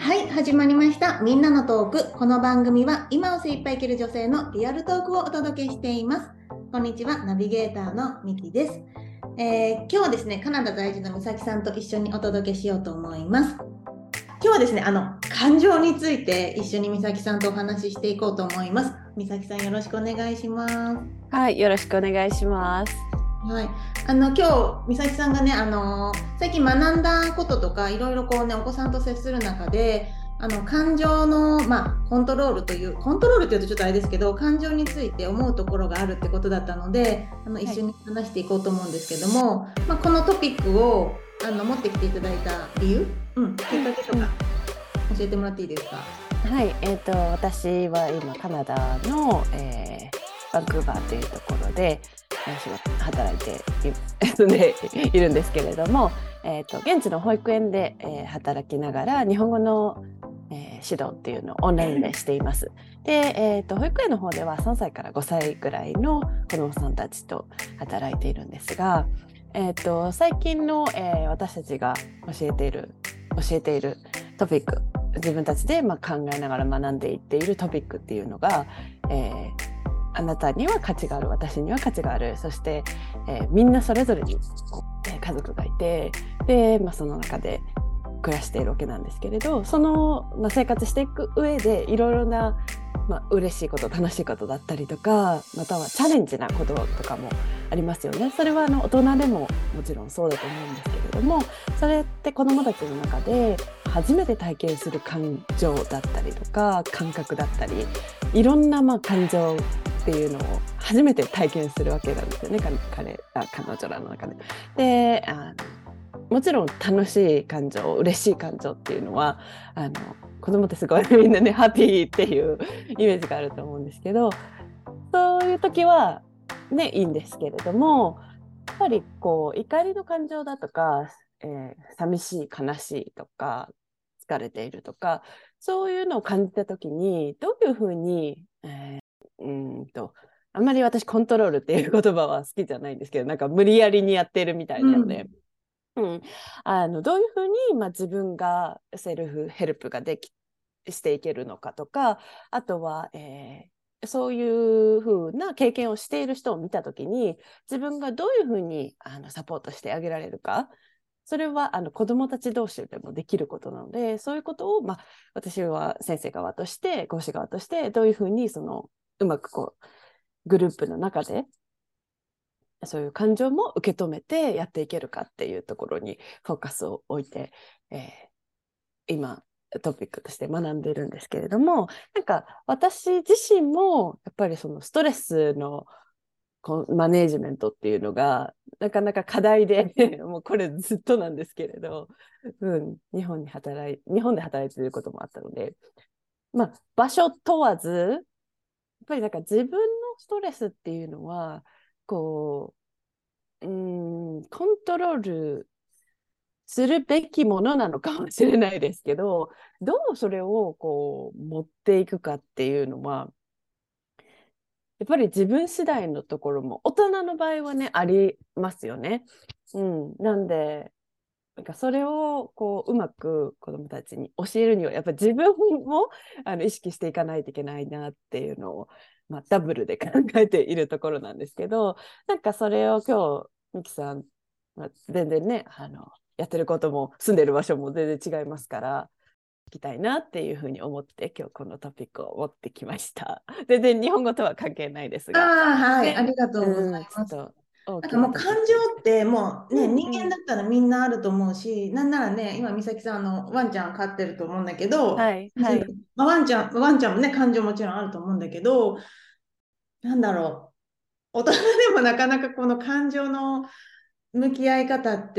はい、始まりました。みんなのトーク。この番組は今を精一杯生きる女性のリアルトークをお届けしています。こんにちは、ナビゲーターのミキです。今日はですね、カナダ在住のみさきさんと一緒にお届けしようと思います。今日はですね、感情について一緒にみさきさんとお話ししていこうと思います。みさきさんよろしくお願いします。 はい、よろしくお願いします。 はい、今日美咲さんがね、最近学んだこととかいろいろこうねお子さんと接する中で感情の、コントロールというコントロールというとちょっとあれですけど感情について思うところがあるってことだったのではい。 一緒に話していこうと思うんですけども、このトピックを持ってきていただいた理由、きっうん、 かけとかうん。 教えてもらっていいですか？ はい、私は今カナダの、バンクーバーというところで、働いているんですけれども、現地の保育園で、働きながら日本語の、指導っていうのをオンラインでしています。で、保育園の方では3歳から5歳ぐらいの子どもさんたちと働いているんですが、最近の、私たちが教えているトピック、自分たちで考えながら学んでいっているトピックっていうのが、あなたには価値がある、私には価値がある、そして、みんなそれぞれに家族がいて、で、その中で暮らしているわけなんですけれど、その、生活していく上でいろいろな、嬉しいこと楽しいことだったりとか、またはチャレンジなこととかもありますよね。それは大人でももちろんそうだと思うんですけれども、それって子どもたちの中で初めて体験する感情だったりとか感覚だったり、いろんな感情っていうのを初めて体験するわけなんですよね、彼女らの中で。で、もちろん楽しい感情、嬉しい感情っていうのは子供ってすごいみんなねハッピーっていうイメージがあると思うんですけど、そういう時はねいいんですけれども、やっぱりこう怒りの感情だとか、寂しい悲しいとか疲れているとか、そういうのを感じた時にどういうふうに、あんまり私コントロールっていう言葉は好きじゃないんですけど、なんか無理やりにやってるみたいなので、 うん。 うん、どういうふうに、自分がセルフヘルプがしていけるのかとか、あとは、そういうふうな経験をしている人を見たときに、自分がどういうふうにサポートしてあげられるか、それは子どもたち同士でもできることなので、そういうことを、私は先生側として、講師側として、どういうふうにうまくグループの中でそういう感情も受け止めてやっていけるかっていうところにフォーカスを置いて、今トピックとして学んでいるんですけれども、なんか私自身もやっぱりそのストレスのマネージメントっていうのがなかなか課題でもうこれずっとなんですけれど、日本で働いていることもあったので、場所問わずやっぱりなんか自分のストレスっていうのはこコントロールするべきものなのかもしれないですけど、どうそれを持っていくかっていうのは、やっぱり自分次第のところも、大人の場合はね、ありますよね。なんで、なんかそれをうまく子どもたちに教えるには、やっぱり自分も意識していかないといけないなっていうのを、ダブルで考えているところなんですけど、なんかそれを今日、ミキさん、全然ね、やってることも住んでる場所も全然違いますから、聞きたいなっていうふうに思って、今日このトピックを持ってきました。全然日本語とは関係ないですあが、 あ、はい、あね、 りがとうございます。 ちょっと大なんかきなトもう感情ピックですけど。 ってもうね、 うん人間だうん。 ったらみんなあると思うし、なんならね、今美咲さんワンちゃん飼ってると思うんだけど、 はい、はい。 ワンちゃんもね、感情もちろんあると思うんだけど、なんだろう、大人でもなかなかこの感情の向き合い方って、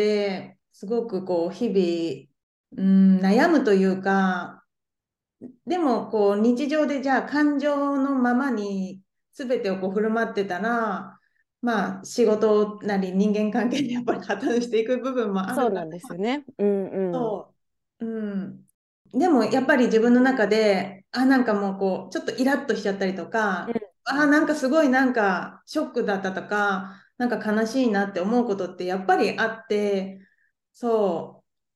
すごくこう日々、悩むというか、でもこう日常でじゃあ感情のままに全てをこう振る舞ってたら、仕事なり人間関係でやっぱり破綻していく部分もあるから、 そうなんですよね。うんうん。 そう、でもやっぱり自分の中で、なんかもうこう、ちょっとイラッとしちゃったりとうんか、 うん。 なんかすごいなんかショックだったとか、なんか悲しいなって思うことってやっぱりあって、そう。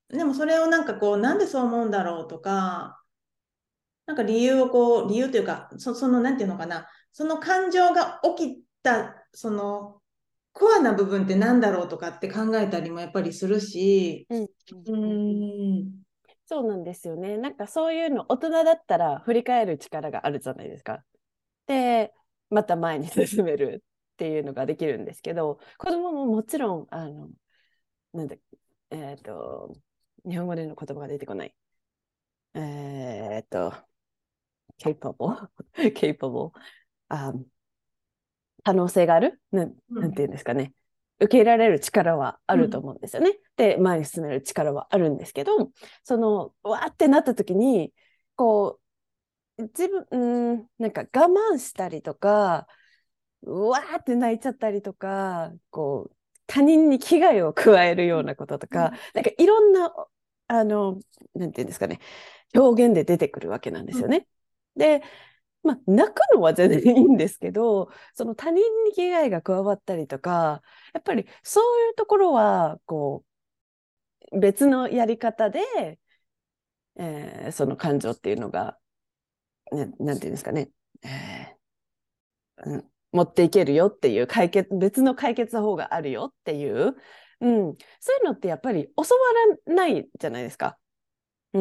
でもそれをなんかこう、なんでそう思うんだろうとか、なんか理由をこう、理由というか、その、なんていうのかな、その感情が起きた、その、コアな部分ってなんだろうとかって考えたりもやっぱりするし、 うんうんううん。 ーん、 そうなんですよね。なんかそういうの大人だったら振り返る力があるじゃないですか。で、また前に進めるっていうのができるんですけど、子供ももちろん、なんだ、えっと、日本語での言葉が出てこない。えっと、capable capable、あ、可能性があるなんていうんですかね。受け入れられる力はあうん、 ると思うんですよね。で、前に進める力はあるんですけど、その、わーってなった時に、こ自分、なんか我慢したりとか、うわーって泣いちゃったりとか、こう、他人に危害を加えるようなこととか、なんかいろんな、あの、なんていうんですかね、表現で出てくるわけなんでうん、 すよね。で、まあ、泣くのは全然いいんですけど、その他人に危害が加わったりとか、やっぱりそういうところは、こう、別のやり方で、その感情っていうのが、なんていうんですかね、持っていけるよっていう別の解決方法があるよっていう、そういうのってやっぱり教わらないじゃないですか。うん。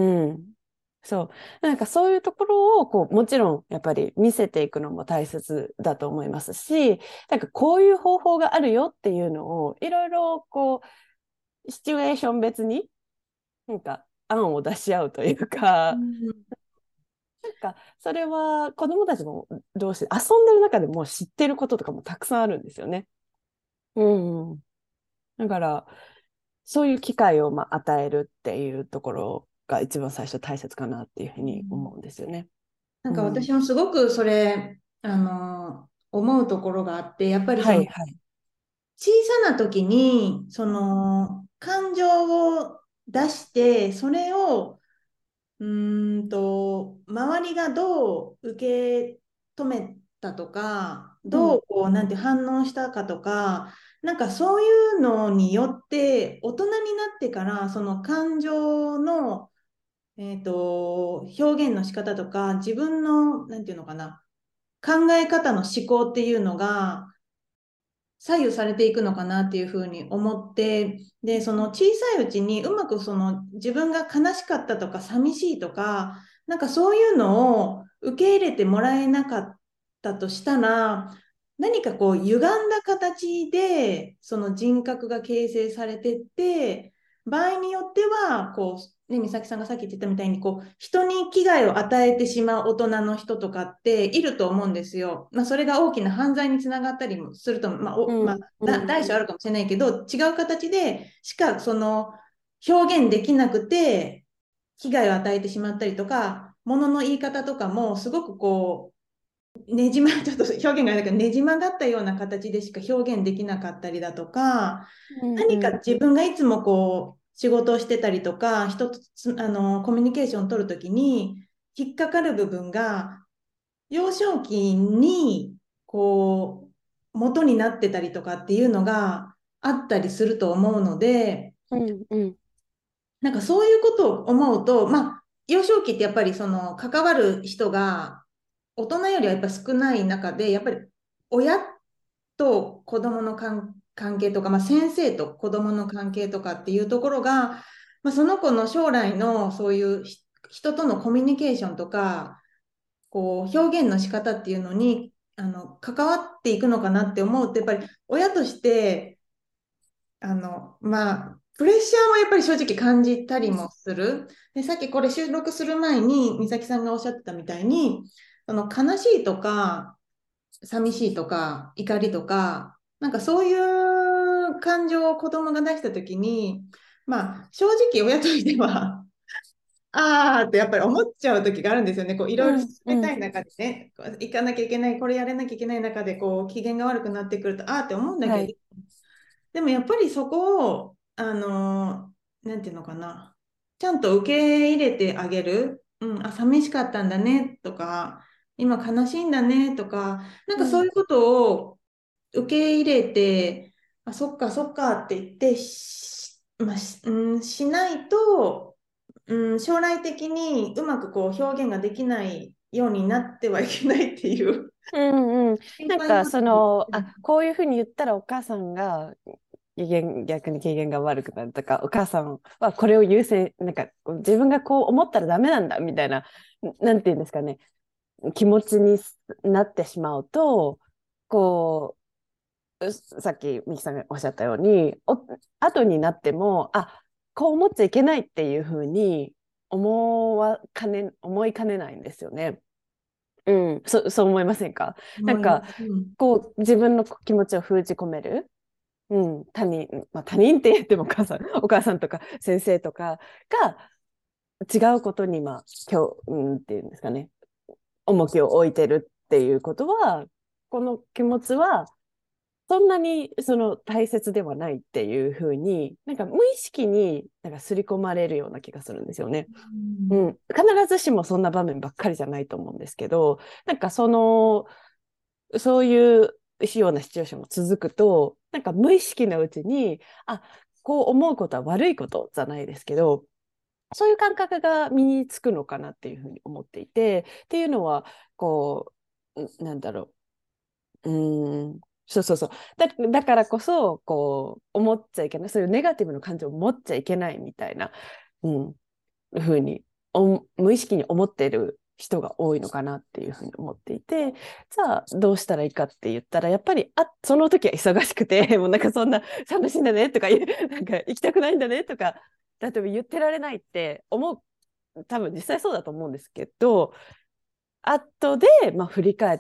そう。なんかそういうところを、こう、もちろんやっぱり見せていくのも大切だと思いますし、なんかこういう方法があるよっていうのを、いろいろこう、シチュエーション別に、なんか案を出し合うというか、 うん、 なんか、それは子供たちもどうして、遊んでる中でもう知ってることとかもたくさんあるんですよね。うんうん。だから、そういう機会を与えるっていうところが一番最初大切かなっていうふうに思うんですよね。 なんかうん。 私もすごくそれ、思うところがあって、やっぱりそのはいはい。 小さな時に、その感情を出して、それを周りがどう受け止めたとか、 うん。 どうこう、なんて反応したかとか、なんかそういうのによって、大人になってから、その感情の、表現の仕方とか、自分の、なんていうのかな、考え方の思考っていうのが、左右されていくのかなっていうふうに思って、で、その小さいうちにうまくその自分が悲しかったとか寂しいとか、なんかそういうのを受け入れてもらえなかったとしたら、何かこう歪んだ形でその人格が形成されてって、場合によっては、こう、ね、美咲さんがさっき言ってたみたいに、こう、人に危害を与えてしまう大人の人とかっていると思うんですよ。まあ、それが大きな犯罪につながったりもすると、まあ、 うん。うん。 大小あるかもしれないけど、違う形でしかその表現できなくて、危害を与えてしまったりとか、ものの言い方とかもすごくこちょっと表現があれだけど、ねじ曲がったような形でしか表現できなかったりだとか、 うん何かうん。 自分がいつもこう、仕事をしてたりとか、人とコミュニケーションを取るときに、引っかかる部分が、幼少期に、こ元になってたりとかっていうのがあったりすると思うので、 うんうん。 なんかそういうことを思うと、まあ、幼少期ってやっぱりその関わる人が大人よりはやっぱ少ない中で、やっぱり親と子供の関係とか、まあ、先生と子供の関係とかっていうところが、まあ、その子の将来のそういう人とのコミュニケーションとか、こう表現の仕方っていうのに関わっていくのかなって思うと、やっぱり親としてプレッシャーもやっぱり正直感じたりもする。で、さっきこれ収録する前に、美咲さんがおっしゃってたみたいに、その悲しいとか、寂しいとか、怒りとか、なんかそういう感情を子供が出したときに、まあ、正直親としては、あーってやっぱり思っちゃう時があるんですよね。こういろいろ進うんうん。 めたい中でね、こう行かなきゃいけない、これやれなきゃいけない中で、こう機嫌が悪くなってくると、あーって思うんだけど、 はい。 でもやっぱりそこを、なんていうのかな、ちゃんと受け入れてあげる。うん、あ、寂しかったんだねとか、今悲しいんだねとか、なんうん。 かそういうことを受け入れて、あ、そっかそっかって言ってしないと、将来的にうまくこう表現ができないようになってはいけないっていううんうん。 心なんか配はある。 こういうふうに言ったらお母さんが逆に機嫌が悪くなるとか、お母さんはこれを優先、なんか自分がこう思ったらダメなんだみたいな、なんていうんですかね、気持ちになってしまうと、こさっきミキさんがおっしゃったように、後になっても、こう思っちゃいけないっていうふうに思いかねないんですよね。うん、そう思いませんか？なんか、 思います。うん。 こう、自分の気持ちを封じ込める。うん、他人って言ってもお母さんとか先生とかが違うことに、っていうんですかね、重きを置いてるっていうことは、この気持ちはそんなにその大切ではないっていうふうに、なんか無意識になんか刷り込まれるような気がするんですよね。うん、必ずしもそんな場面ばっかりじゃないと思うんですけど、なんかそういうようなシチュエーションも続くと、なんか無意識のうちに、こう思うことは悪いことじゃないですけど、そういう感覚が身につくのかなっていうふうに思っていて、っていうのは、こなんだろう、そうそうそう。だからこそ、こう、思っちゃいけない、そういうネガティブな感情を持っちゃいけないみたいな、うん、ふうに無意識に思っている人が多いのかなっていうふうに思っていて、じゃあどうしたらいいかって言ったら、やっぱりその時は忙しくて、もうなんかそんな寂しいんだねとかなんか行きたくないんだねとか、例えば言ってられないって多分実際そうだと思うんですけど、後で、振り返って、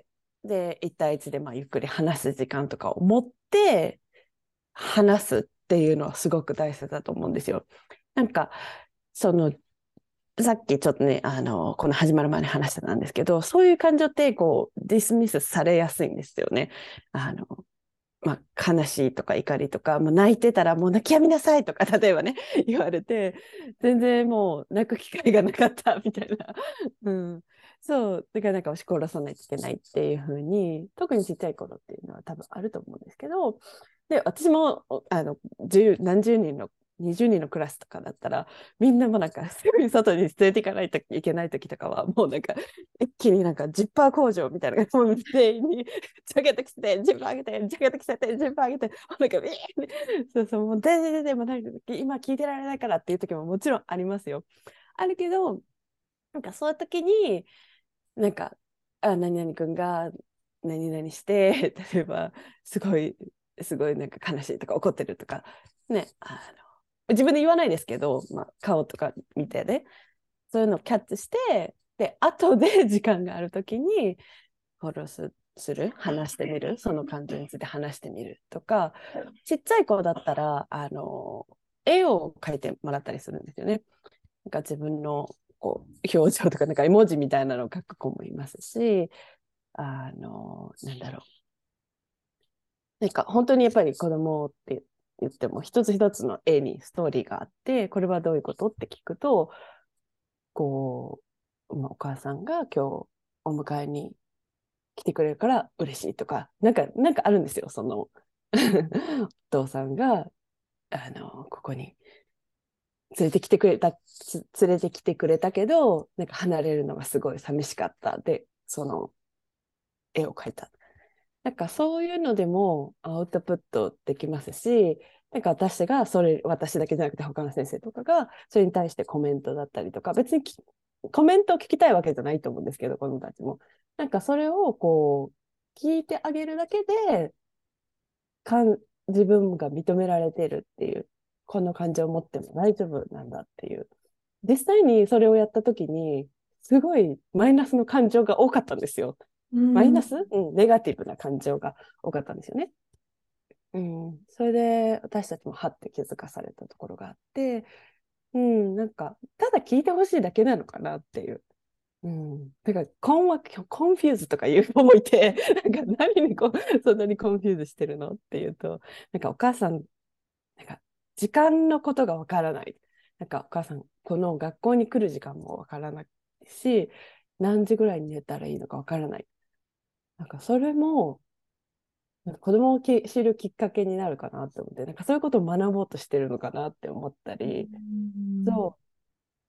で、一対一でゆっくり話す時間とかを持って話すっていうのはすごく大切だと思うんですよ。なんか、その、さっきちょっとね、この始まる前に話してたんですけど、そういう感情ってこう、ディスミスされやすいんですよね。あの、悲しいとか怒りとか、もう泣いてたらもう泣き止みなさいとか、例えばね、言われて、全然もう泣く機会がなかったみたいな。うん。そう。だからなんか押し殺さないといけないっていうふうに、特にちっちゃい頃っていうのは多分あると思うんですけど、で、私も、何十人の20人のクラスとかだったら、みんなもなんか、すぐに外に連れていかないといけない時とかは、もうなんか、一気になんか10%工場みたいな感じ、もう全員に、ジャケット着せて、10%上げて、ジャケット着せて、10%上げて、なんか、そうそう、もう全然、でもなんか今聞いてられないからっていう時ももちろんありますよ。あるけど、なんかそういう時に、なんか、何々君が何々して、例えば、すごい、すごいなんか悲しいとか怒ってるとか、ね、自分で言わないですけど、顔とか見てね、そういうのをキャッチして、で、後で時間があるときに、フォローする、話してみる、その感情について話してみるとか、ちっちゃい子だったら、絵を描いてもらったりするんですよね。なんか自分の表情とか、なんか絵文字みたいなのを描く子もいますし、なんだろう。なんか本当にやっぱり子供って言っても一つ一つの絵にストーリーがあって、これはどういうことって聞くと、こお母さんが今日お迎えに来てくれるから嬉しいとか、なんかあるんですよ。お父さんが、ここに連れてきてくれたけど、なんか離れるのがすごい寂しかった。で、その絵を描いた。なんかそういうのでもアウトプットできますし、なんか私だけじゃなくて他の先生とかが、それに対してコメントだったりとか、別にコメントを聞きたいわけじゃないと思うんですけど、子供たちも。なんかそれを聞いてあげるだけで、自分が認められてるっていう、この感情を持っても大丈夫なんだっていう。実際にそれをやった時に、すごいマイナスの感情が多かったんですよ。 うん。 マイナス、ネガティブな感情が多かったんですよね。それで私たちもはって気づかされたところがあって、なんか、ただ聞いてほしいだけなのかなっていう。だからコンフューズとかいう子もいて、なんか何にそんなにコンフューズしてるのっていうと、なんかお母さん、なんか時間のことがわからない。なんかお母さん、この学校に来る時間もわからないし、何時ぐらいに寝たらいいのかわからない。なんかそれもなんか子供を知るきっかけになるかなって思って、なんかそういうことを学ぼうとしてるのかなって思ったうり、 ん。 そう、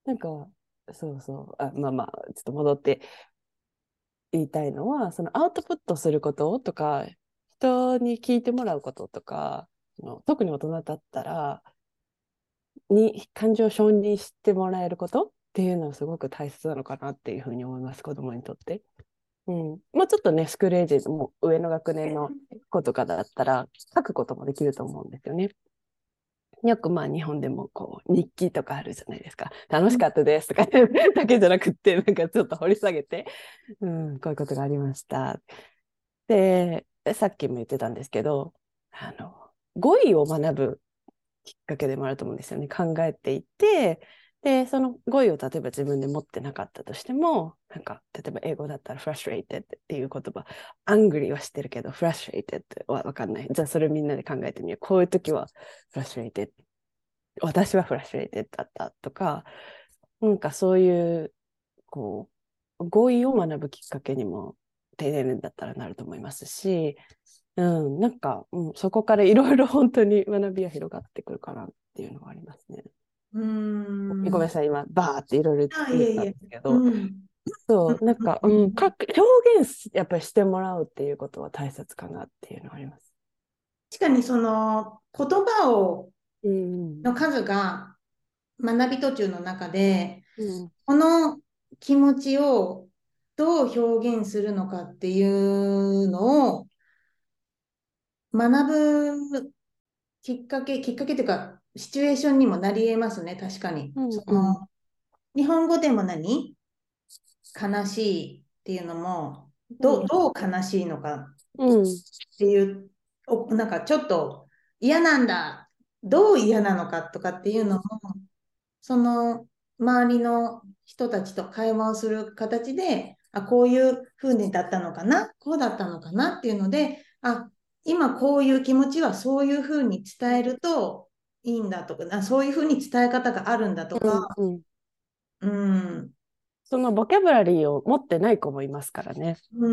なんか、そうそう、まあまあ、ちょっと戻って言いたいのは、そのアウトプットすることとか、人に聞いてもらうこととか、特に大人だったら、感情を承認してもらえることっていうのはすごく大切なのかなっていうふうに思います、子供にとって。うん。もうちょっとね、スクールエイジも上の学年の子とかだったら、書くこともできると思うんですよね。よくまあ日本でもこう日記とかあるじゃないですか。楽しかったですとかだけじゃなくて、なんかちょっと掘り下げて、うん、こういうことがありました。で、さっきも言ってたんですけど、語彙を学ぶきっかけでもあると思うんですよね。考えていて、で、その語彙を例えば自分で持ってなかったとしても、なんか、例えば英語だったら frustrated っていう言葉、angry は知ってるけど、frustrated はわかんない。じゃあそれみんなで考えてみよう。こういう時は frustrated。私は frustrated だったとか、なんかそういう、こ語彙を学ぶきっかけにも低年齢だったらなると思いますし、うん、なんか、そこからいろいろ本当に学びが広がってくるかなっていうのがありますね。 うーん。 ごめんなさい、今、バーっていろいろあ、い言ったんえいえ。 ですけど、 うん。 そう、なんか、表現やっぱりしてもらうっていうことは大切かなっていうのがあります。 確かにその言葉うん、 の数が学び途中の中で、 うん、 この気持ちをどう表現するのかっていうのを学ぶきっかけというか、シチュエーションにもなり得ますね、確かに。 うん、 そうん、 の、日本語でも悲しいっていうのも、 うん、 どう悲しいのかっうん、 ていう、なんかちょっと嫌なんだ、どう嫌なのかとかっていうのも、その周りの人たちと会話をする形で、あ、こういう風にだったのかな、こうだったのかなっていうので、あ、今こういう気持ちはそういう風に伝えるといいんだとか、そういう風に伝え方があるんだとか、 うん、うん。 うん、 そのボキャブラリーを持ってない子もいますからね。 うん、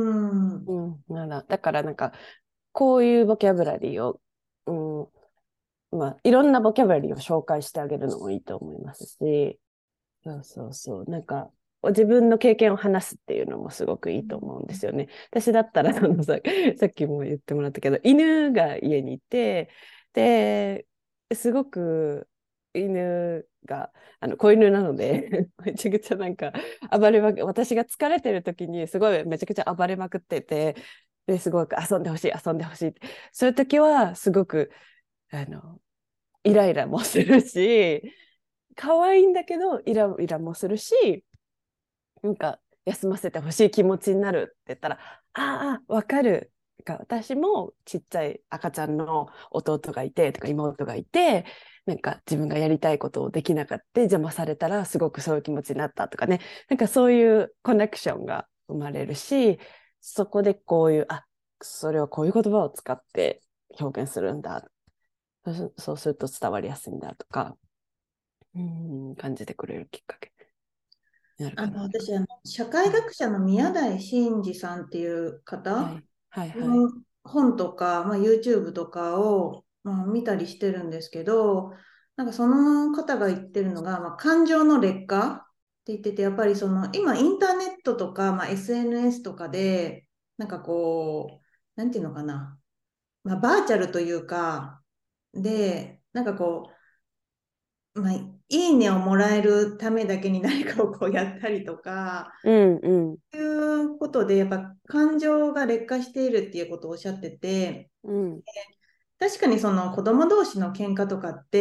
うん、だからなんか、こういうボキャブラリーを、まあ、いろんなボキャブラリーを紹介してあげるのもいいと思いますし、そうそうそう。なんか、自分の経験を話すっていうのもすごくいいと思うんですよね。私だったら、さっきも言ってもらったけど、犬が家にいて、で、すごく犬が、子犬なのでめちゃくちゃなんか、私が疲れてる時に、すごいめちゃくちゃ暴れまくってて、で、すごく遊んでほしい、遊んでほしいって。そういう時は、すごく、あの、イライラもするし、可愛いんだけどイライラもするし、なんか休ませてほしい気持ちになるって言ったら、ああ、わかる。私もちっちゃい赤ちゃんの弟がいてとか妹がいて、なんか自分がやりたいことをできなかった邪魔されたらすごくそういう気持ちになったとかね、なんかそういうコネクションが生まれるし、そこでこういう、それはこういう言葉を使って表現するんだ。そうすると伝わりやすいんだとか、感じてくれるきっかけになるかな。 私、社会はい。 学者の宮台真司さんっていう方はい。はい。はい。 の本とか、YouTube とかを、見たりしてるんですけど、なんかその方が言ってるのが、感情の劣化って言ってて、やっぱりその今インターネットとか、SNS とかで、なんかこう、なんていうのかな、バーチャルというか、で、なんかこう、いいねをもらえるためだけに何かをこうやったりとか、 うん、うん、 ということで、やっぱ感情が劣化しているっていうことをおっしゃってて、 うん、 確かにその子供同士の喧嘩とかって、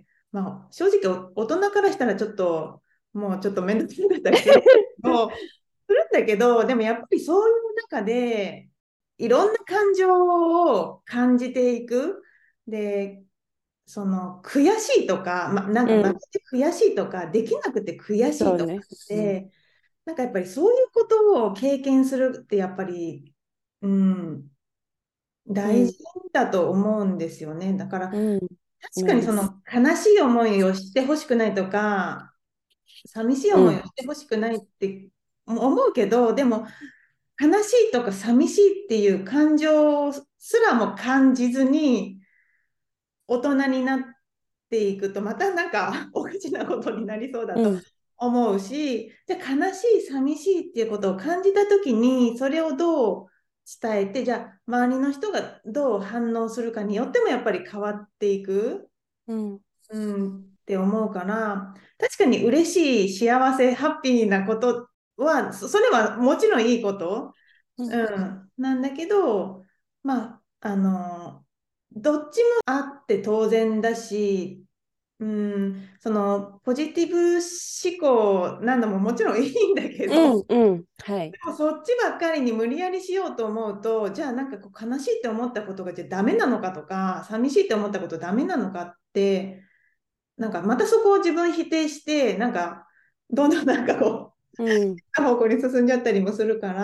正直大人からしたらちょっと、もうちょっと面倒くさいだったりするんだけど、でもやっぱりそういう中で、いろんな感情を感じていく。で、その悔しいとか、なんか負うん。 けて悔しいとか、できなくて悔しいとかそうね。 っうん、 て、なんかやっぱりそういうことを経験するってやっぱり、うん、大事うん、 だと思うんですよね。だからうん、 確かにそ思います。 の悲しい思いをしてほしくないとか、寂しいうん、 思いをしてほしくないって思うけど、でも悲しいとか寂しいっていう感情すらも感じずに大人になっていくと、またなんかおかしなことになりそうだとうん、 思うし、じゃあ悲しい、寂しいっていうことを感じたときに、それをどう伝えて、じゃあ周りの人がどう反応するかによってもやっぱり変わっていく、 うん、 って思うから、確かに嬉しい、幸せ、ハッピーなことは、それはもちろんいいこと、 うん、 なんだけど、まあ、どっちもあって当然だし、そのポジティブ思考なのももちろんいいんだけど、 うん、うん、はい。 でもそっちばっかりに無理やりしようと思うと、じゃあなんかこう悲しいって思ったことがじゃあダメなのかとか、寂しいって思ったことダメなのかって、なんかまたそこを自分否定して、なんかどんどんなんかこうん。 う、方向に進んじゃったりもするから、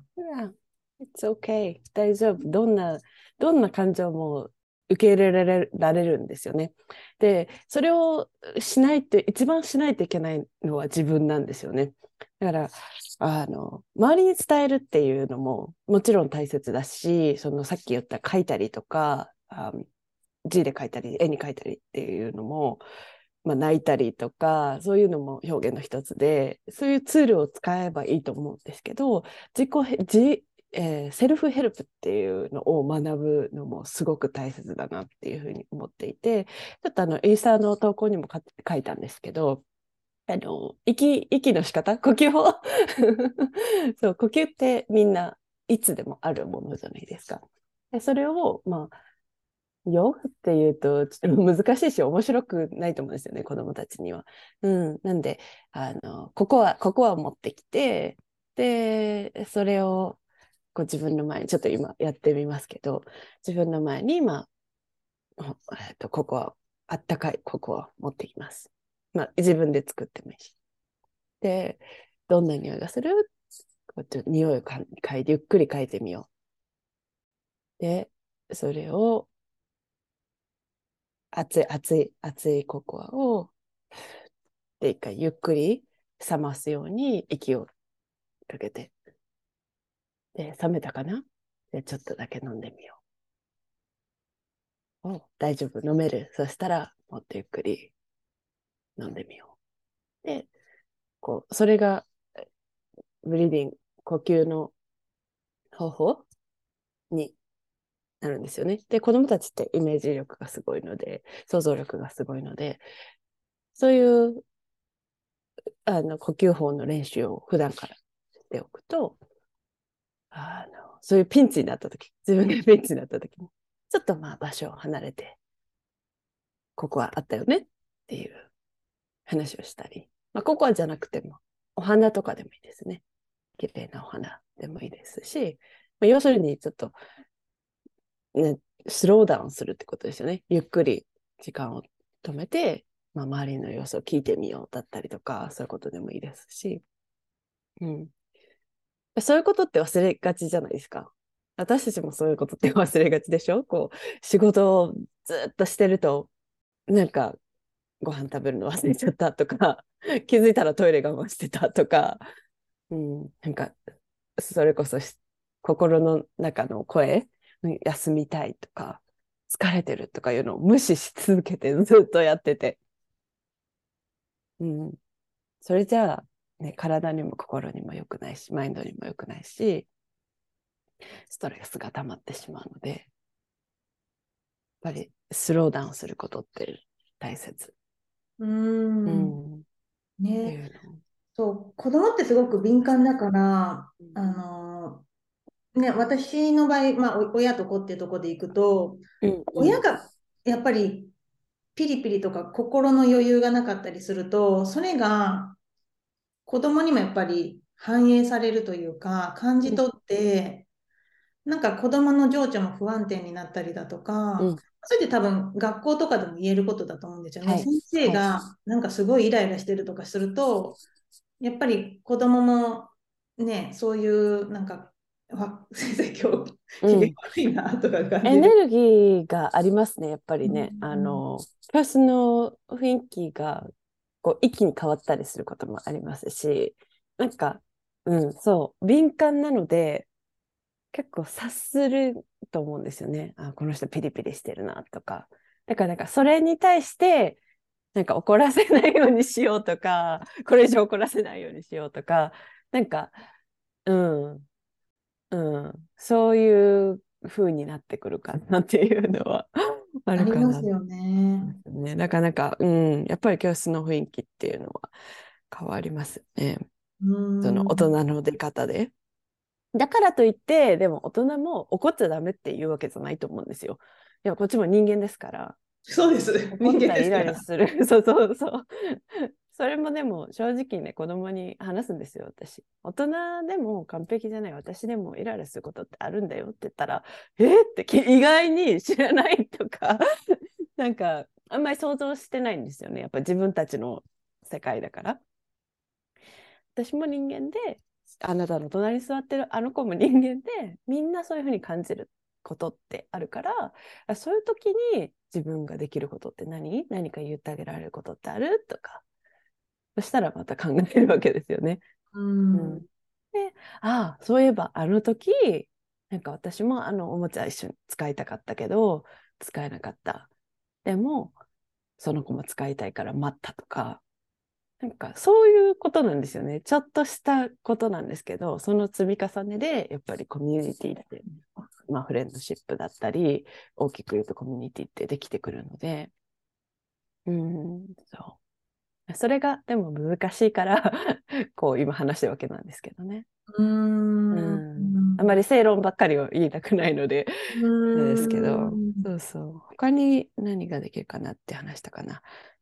Yeah, It's okay. 大丈夫。どんな感情も受け入れられるんですよね。で、それを一番しないといけないのは自分なんですよね。だから、周りに伝えるっていうのももちろん大切だし、そのさっき言った書いたりとか、字で書いたり、絵に描いたりっていうのも、まあ、泣いたりとか、そういうのも表現の一つで、そういうツールを使えばいいと思うんですけど、自己へ、自、セルフヘルプっていうのを学ぶのもすごく大切だなっていうふうに思っていて、ちょっとインスタの投稿にも書いたんですけど、息の仕方、呼吸法そう、呼吸ってみんないつでもあるものじゃないですか。でそれを、まあ、よっていうと、ちょっと難しいし、面白くないと思うんですよね、子供たちには。なんで、ここは持ってきて、で、それを、自分の前に、ちょっと今やってみますけど、自分の前に、ここは、あったかいここは持ってきます。まあ、自分で作ってもいいし。で、どんな匂いがする匂いを嗅いで、ゆっくり嗅いでみよう。で、それを、熱いココアを、で、一回ゆっくり冷ますように息をかけて、で、冷めたかなで、ちょっとだけ飲んでみよう。大丈夫、飲める。そしたら、もっとゆっくり飲んでみよう。で、それが、ブリーディング、呼吸の方法になるんですよね。で、子供たちってイメージ力がすごいので、想像力がすごいので、そういう呼吸法の練習を普段からしておくと、そういうピンチになった時、自分がピンチになった時に、ちょっとまあ場所を離れて、ここはあったよねっていう話をしたり、まあ、ここはじゃなくても、お花とかでもいいですね。綺麗なお花でもいいですし、まあ、要するにちょっと、ね、スローダウンするってことですよね。ゆっくり時間を止めて、まあ、周りの様子を聞いてみようだったりとか、そういうことでもいいですし、うん、そういうことって忘れがちじゃないですか。私たちもそういうことって忘れがちでしょ。仕事をずっとしてると、なんか、ご飯食べるの忘れちゃったとか、気づいたらトイレ我慢してたとか、なんか、それこそ心の中の声、休みたいとか、疲れてるとかいうのを無視し続けてずっとやってて、うん、それじゃあ、ね、体にも心にも良くないし、マインドにも良くないし、ストレスが溜まってしまうので、やっぱりスローダウンすることって大切。 ううん、 ん。っていね、 うの。 そう、子供ってすごく敏感だから、 うん。 ね、私の場合、まあ、親と子っていうところでいくと、 うんうん。 親がやっぱりピリピリとか心の余裕がなかったりすると、それが子供にもやっぱり反映されるというか、感じうん取って、なんか子供の情緒も不安定になったりだとか、 うん。 それで多分学校とかでも言えることだと思うんですよね。 はい。 先生はい。 がなんかすごいイライラしてるとかすると、やっぱり子供もね、そういうなんか、先生今日機嫌うん。 悪いなとか感じる。 エネルギーがありますね、やっぱりね。クラスの雰囲気が一気に変わったりすることもありますし、なんか、そう、敏感なので、結構察すると思うんですよね。あ、この人ピリピリしてるなとか。だからなんかそれに対してなんか怒らせないようにしようとか、これ以上怒らせないようにしようとか、なんか、うん、うん、そういう風になってくるかなっていうのはああるかな。 りますよね。 ね、なかなか、うん、やっぱり教室の雰囲気っていうのは変わりますね。 うその大ん。 人の出方で。だからといって、でも大人も怒っちゃダメっていうわけじゃないと思うんですよ。いや、こっちも人間ですから、 そうです。人間怒ったりイですから。 ライラする。そうそうそう。それもでも正直ね、子供に話すんですよ、私。大人でも完璧じゃない、私でもイライラすることってあるんだよって言ったら、って意外に知らないとか、なんか、あんまり想像してないんですよね。やっぱ自分たちの世界だから。私も人間で、あなたの隣に座ってるあの子も人間で、みんなそういうふうに感じることってあるから、そういう時に自分ができることって何か言ってあげられることってあるとか、そしたらまた考えるわけですよね。 ううん、 ん。 で、そういえばあの時、なんか私もあのおもちゃ一緒に使いたかったけど、使えなかった。でも、その子も使いたいから待ったとか、なんかそういうことなんですよね。ちょっとしたことなんですけど、その積み重ねで、やっぱりコミュニティって、まあ、フレンドシップだったり、大きく言うとコミュニティってできてくるので、そう。それがでも難しいからこう今話してるわけなんですけどね。 うん。 あまり正論ばっかりを言いたくないので、 うあれですけど、 ん。 そうそう。他に何ができるかなって話したかな。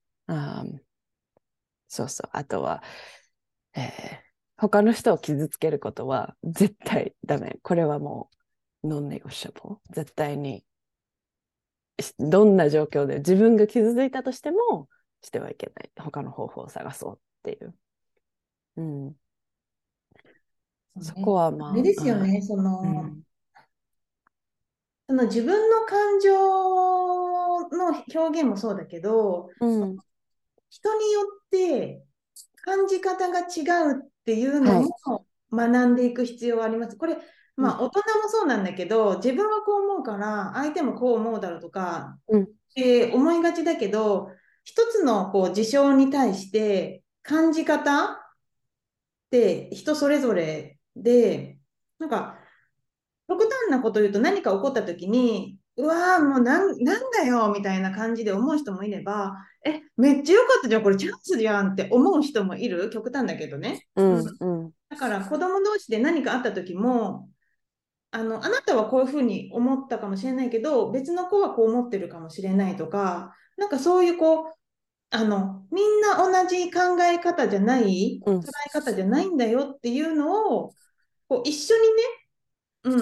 そうそう。あとは、えー他の人を傷つけることは絶対ダメ。これはもう、ノンネゴシャブル。絶対に、どんな状況で自分が傷ついたとしても、してはいけない。他の方法を探そうっていう。うん。 そうね。 そこはあれでまあ、 すよね。 うん。 その自分の感情の表現もそうだけど、 うん。 人によって感じ方が違うっていうのはい。 も学んでいく必要はあります。これ、 うん。 まあ大人もそうなんだけど、自分はこう思うから相手もこう思うだろうとか、 うん。 思いがちだけど、一つのこう事象に対して感じ方って人それぞれで、なんか極端なこと言うと何か起こった時に、うわーもうなんだよみたいな感じで思う人もいれば、めっちゃ良かったじゃん、これチャンスじゃんって思う人もいる、極端だけどね。うん、 うん。うん。 だから子供同士で何かあった時も、あなたはこういうふうに思ったかもしれないけど、別の子はこう思ってるかもしれないとか、なんかそういうこう、みんな同じ考え方じゃない、 うん。 捉え方じゃないんだよっていうのを、こう一緒にね、うん、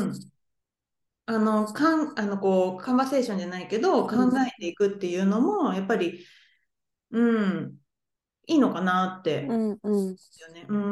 こう、カンバセーションじゃないけど、考うん。 えていくっていうのも、やっぱり、うん、いいのかなって、 うん。うん。 よね。うん、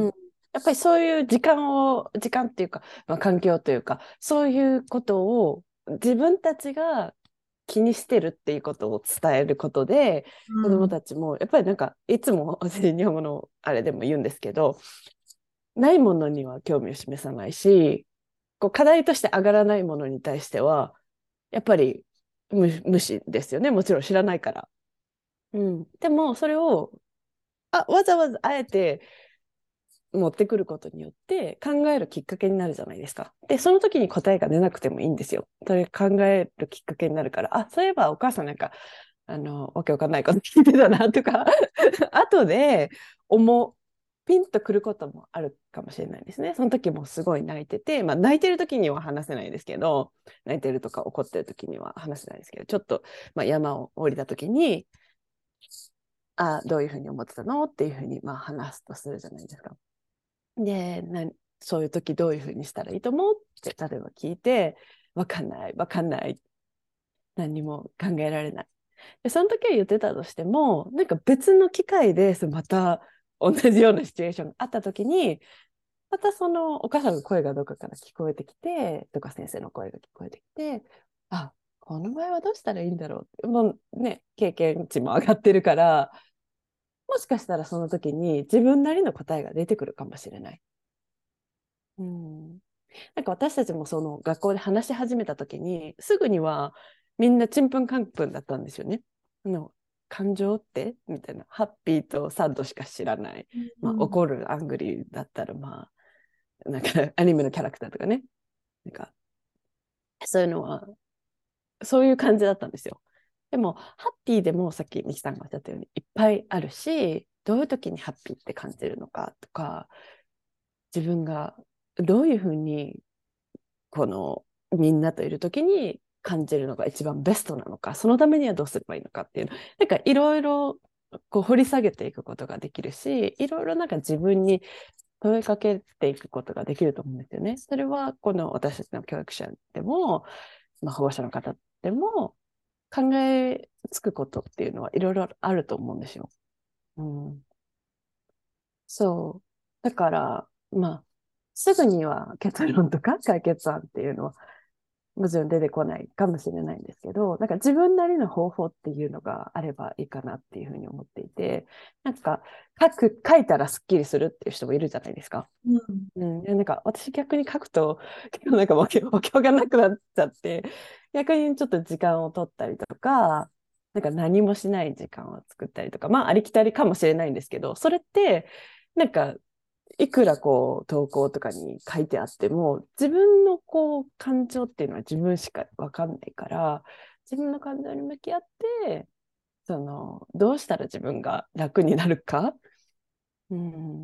うん。やっぱりそういう時間っていうか、まあ、環境というか、そういうことを自分たちが気にしてるっていうことを伝えることで、子どもうん、 たちも、やっぱりなんか、いつも私、日本語のあれでも言うんですけど、ないものには興味を示さないし、こう課題として上がらないものに対しては、やっぱり無視ですよね。もちろん知らないから。うん。でも、それを、わざわざあえて持ってくることによって考えるきっかけになるじゃないですか。で、その時に答えが出なくてもいいんですよ。それ考えるきっかけになるから、そういえばお母さんなんか、わけわかんないこと聞いてたなとか、後で思う、ピンとくることもあるかもしれないですね。その時もすごい泣いてて、まあ泣いてる時には話せないですけど、泣いてるとか怒ってる時には話せないですけど、ちょっと、まあ、山を降りた時に、どういうふうに思ってたのっていうふうに、まあ、話すとするじゃないですか。で、そういう時どういうふうにしたらいいと思うって例えば聞いて、わかんない、わかんない、何にも考えられない。で、その時は言ってたとしても、なんか別の機会でまた同じようなシチュエーションがあった時に、またそのお母さんの声がどっかから聞こえてきて、とか先生の声が聞こえてきて、この場合はどうしたらいいんだろうって、もうね、経験値も上がってるから、もしかしたらその時に自分なりの答えが出てくるかもしれない。うん。 なんか私たちもその学校で話し始めた時にすぐにはみんなちんぷんかんぷんだったんですよね。感情ってみたいな、ハッピーとサッドしか知らない、まあ、 うん。 怒るアングリーだったらまあなんかアニメのキャラクターとかね、なんかそういうのはそういう感じだったんですよ。でもハッピーでもさっきミキさんがおっしゃったようにいっぱいあるし、どういう時にハッピーって感じるのかとか、自分がどういうふうにこのみんなといる時に感じるのが一番ベストなのか、そのためにはどうすればいいのかっていうの、なんかいろいろこう掘り下げていくことができるし、いろいろなんか自分に問いかけていくことができると思うんですよね。それはこの私たちの教育者でも、まあ、保護者の方でも考えつくことっていうのはいろいろあると思うんですよ。うん、そう。だから、まあ、すぐには結論とか解決案っていうのはもちろん出てこないかもしれないんですけど、なんか自分なりの方法っていうのがあればいいかなっていうふうに思っていて、なんか書いたらすっきりするっていう人もいるじゃないですか。 うん。 うん、なんか私逆に書くと結構なんか目標がなくなっちゃって、逆にちょっと時間を取ったりとか、なんか何もしない時間を作ったりとか、まあありきたりかもしれないんですけど、それってなんかいくらこう投稿とかに書いてあっても、自分のこう感情っていうのは自分しか分かんないから、自分の感情に向き合って、どうしたら自分が楽になるか、うん、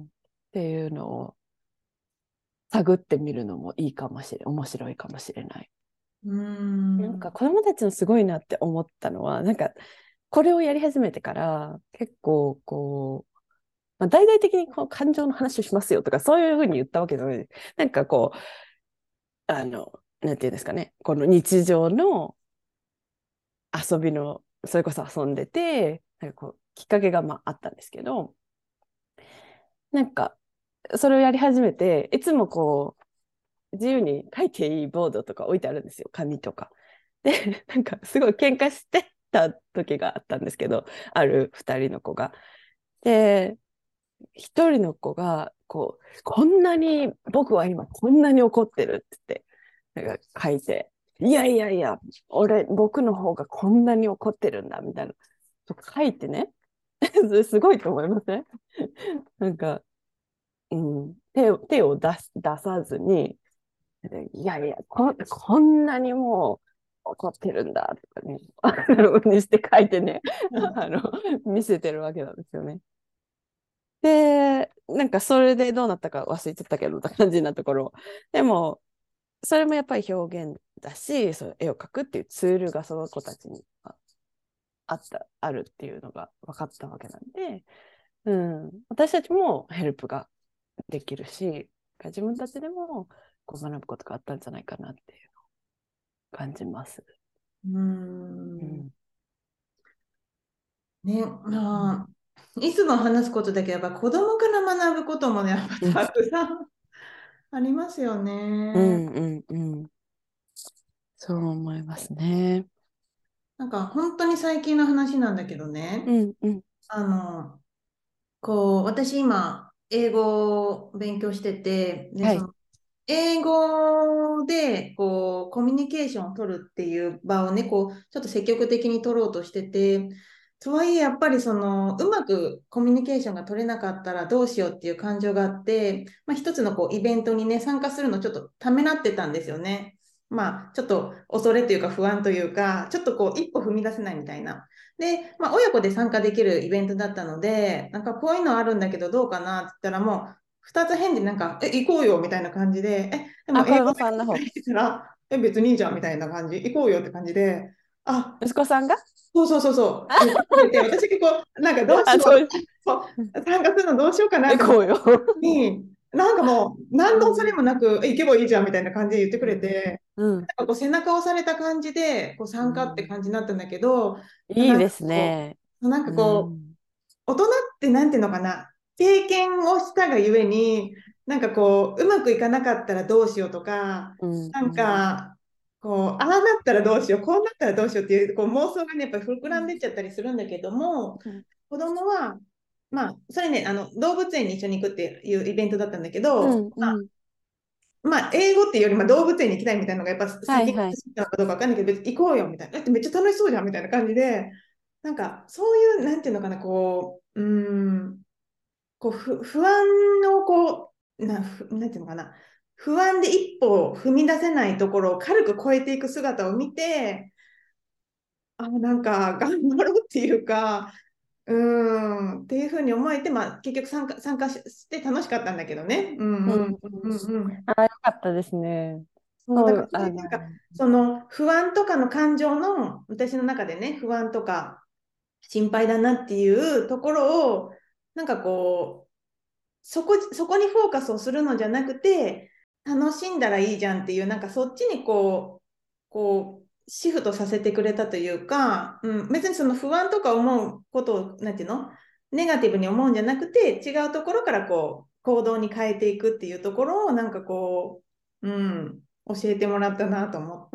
っていうのを探ってみるのもいいかもしれ面白いかもしれない。 うなんかん。 子供たちのすごいなって思ったのは、なんかこれをやり始めてから結構こう、まあ、大々的にこう感情の話をしますよとかそういうふうに言ったわけじゃない。なんかこう、なんていうんですかね、この日常の遊びの、それこそ遊んでて、なんかこう、きっかけがまああったんですけど、なんか、それをやり始めて、いつもこう、自由に書いていいボードとか置いてあるんですよ、紙とか。で、なんかすごい喧嘩してた時があったんですけど、ある二人の子が。で、一人の子が、こう、こんなに、僕は今こんなに怒ってるって言って、なんか書いて、いやいやいや、僕の方がこんなに怒ってるんだ、みたいな。書いてね。すごいと思いません？なんか、うん、手を出さずに、いやいや、こんなにもう怒ってるんだ、とかね、にして書いてね、あの、見せてるわけなんですよね。で、なんかそれでどうなったか忘れてたけど、な感じなところ。でも、それもやっぱり表現だし、その絵を描くっていうツールがその子たちにあるっていうのが分かったわけなんで、うん、私たちもヘルプができるし、自分たちでもこう学ぶことがあったんじゃないかなっていう感じます。 うん。 うん。 ね、 うん。 まあ、いつも話すことだけど、やっぱ子供から学ぶこともね、やっうんぱたくさんありますよね。 うんうんうん。そう思いますね。 なんか本当に最近の話なんだけどね、 うんうんあの、私今、英語を勉強してて、で、 はい英語で、コミュニケーションを取るっていう場をね、ちょっと積極的に取ろうとしてて、とはいえ、やっぱりうまくコミュニケーションが取れなかったらどうしようっていう感情があって、まあ、一つのイベントにね、参加するのちょっとためらってたんですよね。まあ、ちょっと恐れというか不安というか、ちょっと一歩踏み出せないみたいな。で、まあ、親子で参加できるイベントだったので、なんかこういうのあるんだけどどうかなって言ったらもう、二つ返事なんか、行こうよみたいな感じで、でもあ、子英語供さんの方。 でしたら、別にいいじゃんみたいな感じ、行こうよって感じで、あ、 息子さんが。 そうそうそうそう、言ってくれて、私結構、なんかどうしあ、 よう、 そう。 そう、参加するのどうしようかなと思っ行こうよ。 てに、なんかもう、何のそれうん。 もなく、行けばいいじゃんみたいな感じで言ってくれて、 うん。 なんか背中を押された感じで、参加ってうん。 感じになったんだけど、なんかいいですね。 なんかうん。 大人ってなんていうのかな、経験をしたがゆえに、なんかうまくいかなかったらどうしようとか、 うん。 なんうん。 か、ああなったらどうしよう、こうなったらどうしようっていう、妄想がね、やっぱり膨らんでっちゃったりするんだけども、 うん。 子供は、まあ、それね、動物園に一緒に行くっていうイベントだったんだけど、 うん。うん。 まあ、英語っていうより、まあ、動物園に行きたいみたいなのがやっぱ先にはいはい。 走ったのかどうかわかんないけど、別に行こうよみたいな。だってめっちゃ楽しそうじゃんみたいな感じで、なんかそういう、なんていうのかな、不安のなんていうのかな、不安で一歩踏み出せないところを軽く越えていく姿を見て、なんか頑張ろうっていうか、っていうふうに思えて、まあ、結局参加して楽しかったんだけどね。うんうんうんうん。 うんうん。 あ、よかったですね。 そう、だからそう、 そういうなんか、その不安とかの感情の、私の中でね、不安とか心配だなっていうところを、なんかこう、そこにフォーカスをするのじゃなくて、楽しんだらいいじゃんっていう、なんかそっちにシフトさせてくれたというか、別にその不安とか思うことを、なんていうの、ネガティブに思うんじゃなくて、違うところから行動に変えていくっていうところを、なんか教えてもらったなと思っうん。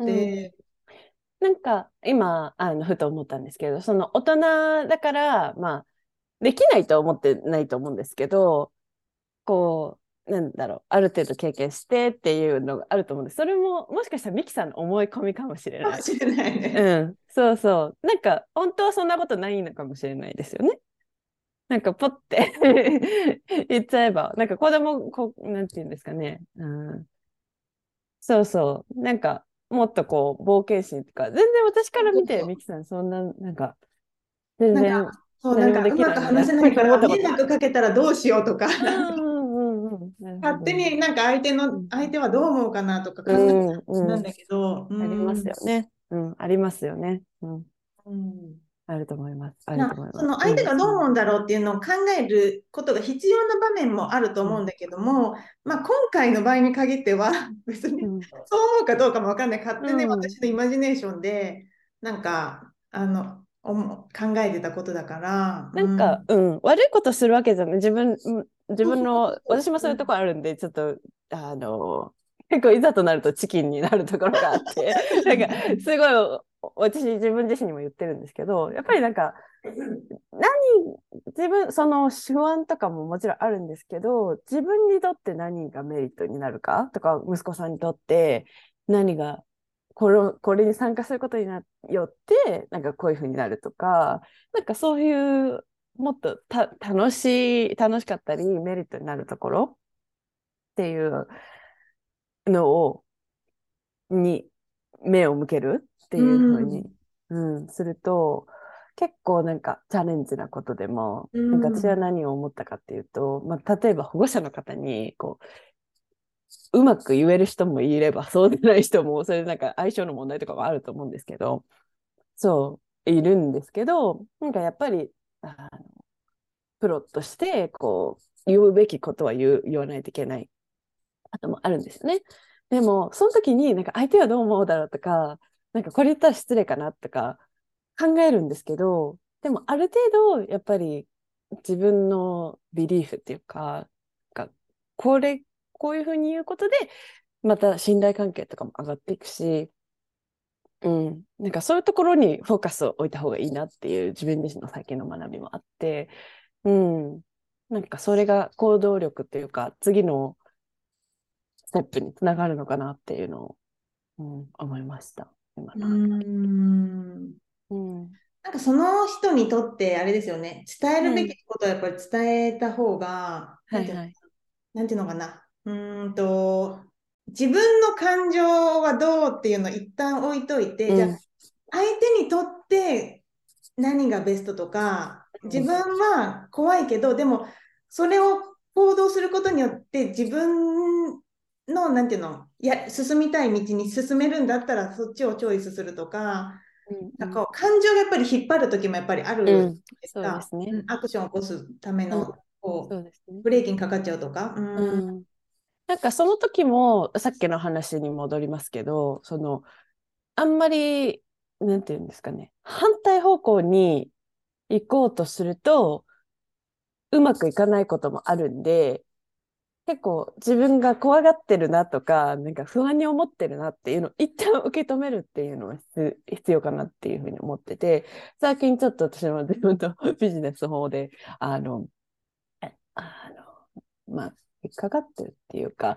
て、 なんか今ふと思ったんですけど、その大人だからまあできないとは思ってないと思うんですけど、こうなんだろう、ある程度経験してっていうのがあると思うんです。それももしかしたらミキさんの思い込みかもしれない。 かもしれないね。 うん、そうそう。なんか本当はそんなことないのかもしれないですよね。なんかポッて言っちゃえば、なんか子供なんていうんですかね。うん、そうそう。なんかもっとこう冒険心とか、全然私から見てミキさんそんななんか全なんか、 然そう、なん何もでかうまくきないみたいな話せないか思っら、 たことない。 迷惑かけたらどうしようとか、 うんうんうんうん。なるほ勝手ど。 になんかうん相手はどう思うかなとか考えうんうん。 なんだけど、 ありますよね。うん、ありますよね。うん。 うん。 あると思います。あると思います。 そのうん。 相手がどう思うんだろうっていうのを考えることが必要な場面もあるとうん。 思うんだけども、まあ、今回の場合に限っては別にうん。 そう思うかどうかもわかんない。勝手にうん。 私のイマジネーションでなんか考えてたことだから、 なんか、うん、悪いことするわけじゃない。自そうそう分の、 そう私もそういうとそう。 ころあるんで、ちょっと、結構いざとなるとチキンになるところがあって、なんか、すごい、私自分自身にも言ってるんですけど、やっぱりなんか、何、その不安とかももちろんあるんですけど、自分にとって何がメリットになるかとか、息子さんにとって何が、これに参加することによって、なんかこういうふうになるとか、なんかそういう、もっと楽しかったり、メリットになるところっていうのに目を向けるってういうふうに、 ん。 すると、結構なんかチャレンジなことでも、 うなんか私はん。 何を思ったかっていうと、まあ、例えば保護者の方に、うまく言える人もいれば、そうでない人も、それでなんか相性の問題とかはあると思うんですけど、そう、いるんですけど、なんかやっぱり、あプロとして、言うべきことは言わないといけないこともあるんですよね。でも、その時に、なんか相手はどう思うだろうとか、なんかこれ言ったら失礼かなとか考えるんですけど、でもある程度、やっぱり自分のビリーフっていうか、なんかこれ、こういうふうに言うことで、また信頼関係とかも上がっていくし、うん、なんかそういうところにフォーカスを置いた方がいいなっていう自分自身の最近の学びもあって、うん、なんかそれが行動力っていうか、次のステップにつながるのかなっていうのを、思いました。今うの話。 ん。 うん。 なんかその人にとってあれですよね、伝えるべうん。 きことはやっぱり伝えた方が、 はいはい。 なんていうのかな、自分の感情はどうっていうのを一旦置いといて、じゃあうん。 相手にとって何がベストとか、自分は怖いけど、でもそれを行動することによって自分の、なんていうの、進みたい道に進めるんだったらそっちをチョイスするとか、 うんうん。 なんか感情がやっぱり引っ張る時もやっぱりあうん。 るですそうでか、 すね。 アクションを起こすためうん。 のそうですね。 ブレーキにかかっちゃうとか。 うん。なんかその時も、さっきの話に戻りますけど、あんまり、なんていうんですかね、反対方向に行こうとすると、うまくいかないこともあるんで、結構自分が怖がってるなとか、なんか不安に思ってるなっていうのを一旦受け止めるっていうのは必要かなっていうふうに思ってて、最近ちょっと私も自分のビジネス方で、あの、あまあ、引っかかってるっていうか、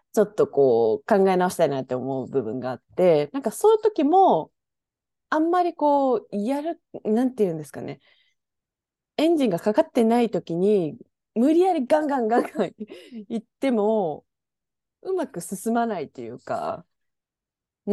ちょっとこう考え直したいなって思う部分があって、なんかそういう時もあんまりこうなんていうんですかね、エンジンがかかってない時に無理やりガンガンガンガン行ってもうまく進まないというか、うん、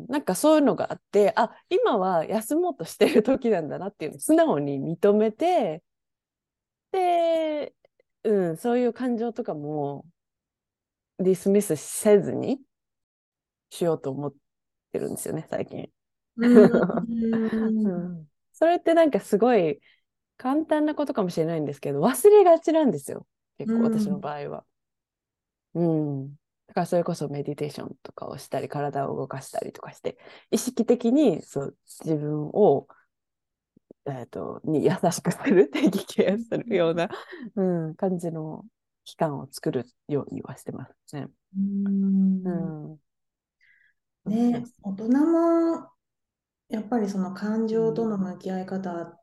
なんかそういうのがあって、あ、今は休もうとしてる時なんだなっていうのを素直に認めて、で、そういう感情とかもディスミスせずにしようと思ってるんですよね、最近。 うん。 うん、それってなんかすごい簡単なことかもしれないんですけど、忘れがちなんですよ。結う構私のん。 場合は。うん。だからそれこそメディテーションとかをしたり、体を動かしたりとかして、意識的にそう自分を、に優しくする、定義ケアするような、感じの期間を作るようにはしてますね。 うん。 うん。そうそうね、 そ大人もやっぱりその感う。う情とのん。 向き合い方って、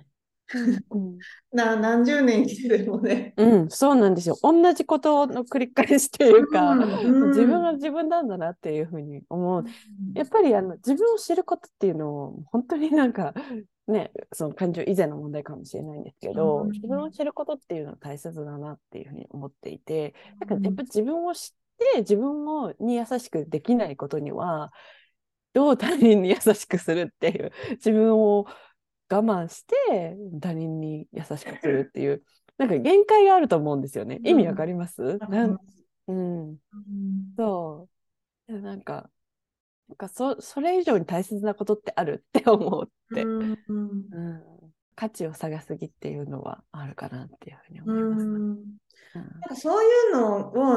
うんうん。 何十年生きててもね。 うん、そうなんですよ。同じことの繰り返しというか、 うん自分はうん自分なんだなっていうふうに思う。 うんやっぱり自分を知ることっていうのを、本当になんか、ね、その感情以前の問題かもしれないんですけうど、自分をん知ることっていうのは大切だなっていうふうに思っていて、なんかうんやっぱり自分を知って、に優しくできないことには、どう他人に優しくするっていう、自分を我慢して他人に優しくするっていう、なんか限界があると思うんですよね。意味わかりますわかります。 うん、 うんそう。なんかそれ以上に大切なことってあるって思っうて、 んうんうん、価値を探すぎっていうのはあるかなっていうふうにう思います。 ん。 うん、 なんかそういうのを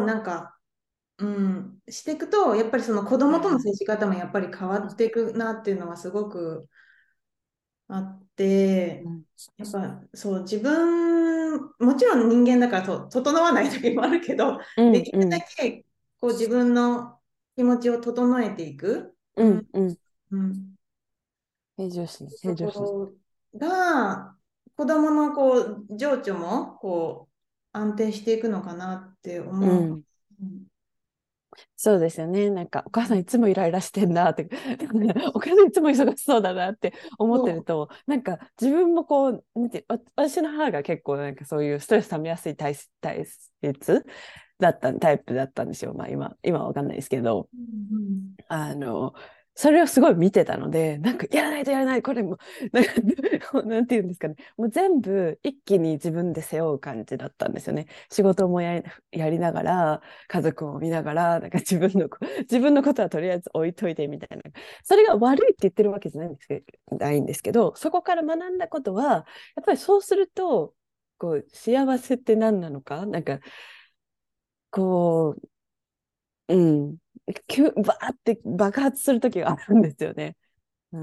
していくと、やっぱりその子供との接はいはい。 し方もやっぱり変わうんっていくなっていうのはすごくあって、 うんやっぱそう、もちろん人間だから整わない時もあるけど、できるだうんけこう自分の気持ちを整えていく、 うんうん。 うん、と平常心。 ころが、子供のこう情緒もこう安定していくのかなって思う。 うん。 うんそうですよね。なんか、お母さんいつもイライラしてんなって、お母さんいつも忙しそうだなって思ってるそと、なんか自分もこう、なんて、私の母が結構なんかそういうストレス溜めやすいタイプだったんですよ。まあ今はわかんないですけど。 う。うんあの、それをすごい見てたので、なんかやらないとやらない、これも、なんか、なんていうんですかね、もう全部一気に自分で背負う感じだったんですよね。仕事もやりながら、家族を見ながら、なんか自分のことはとりあえず置いといてみたいな。それが悪いって言ってるわけじゃないんですけど、そこから学んだことは、やっぱりそうすると、こう、幸せって何なのか、なんか、こうん。バーって爆発する時があるんですよね。うん。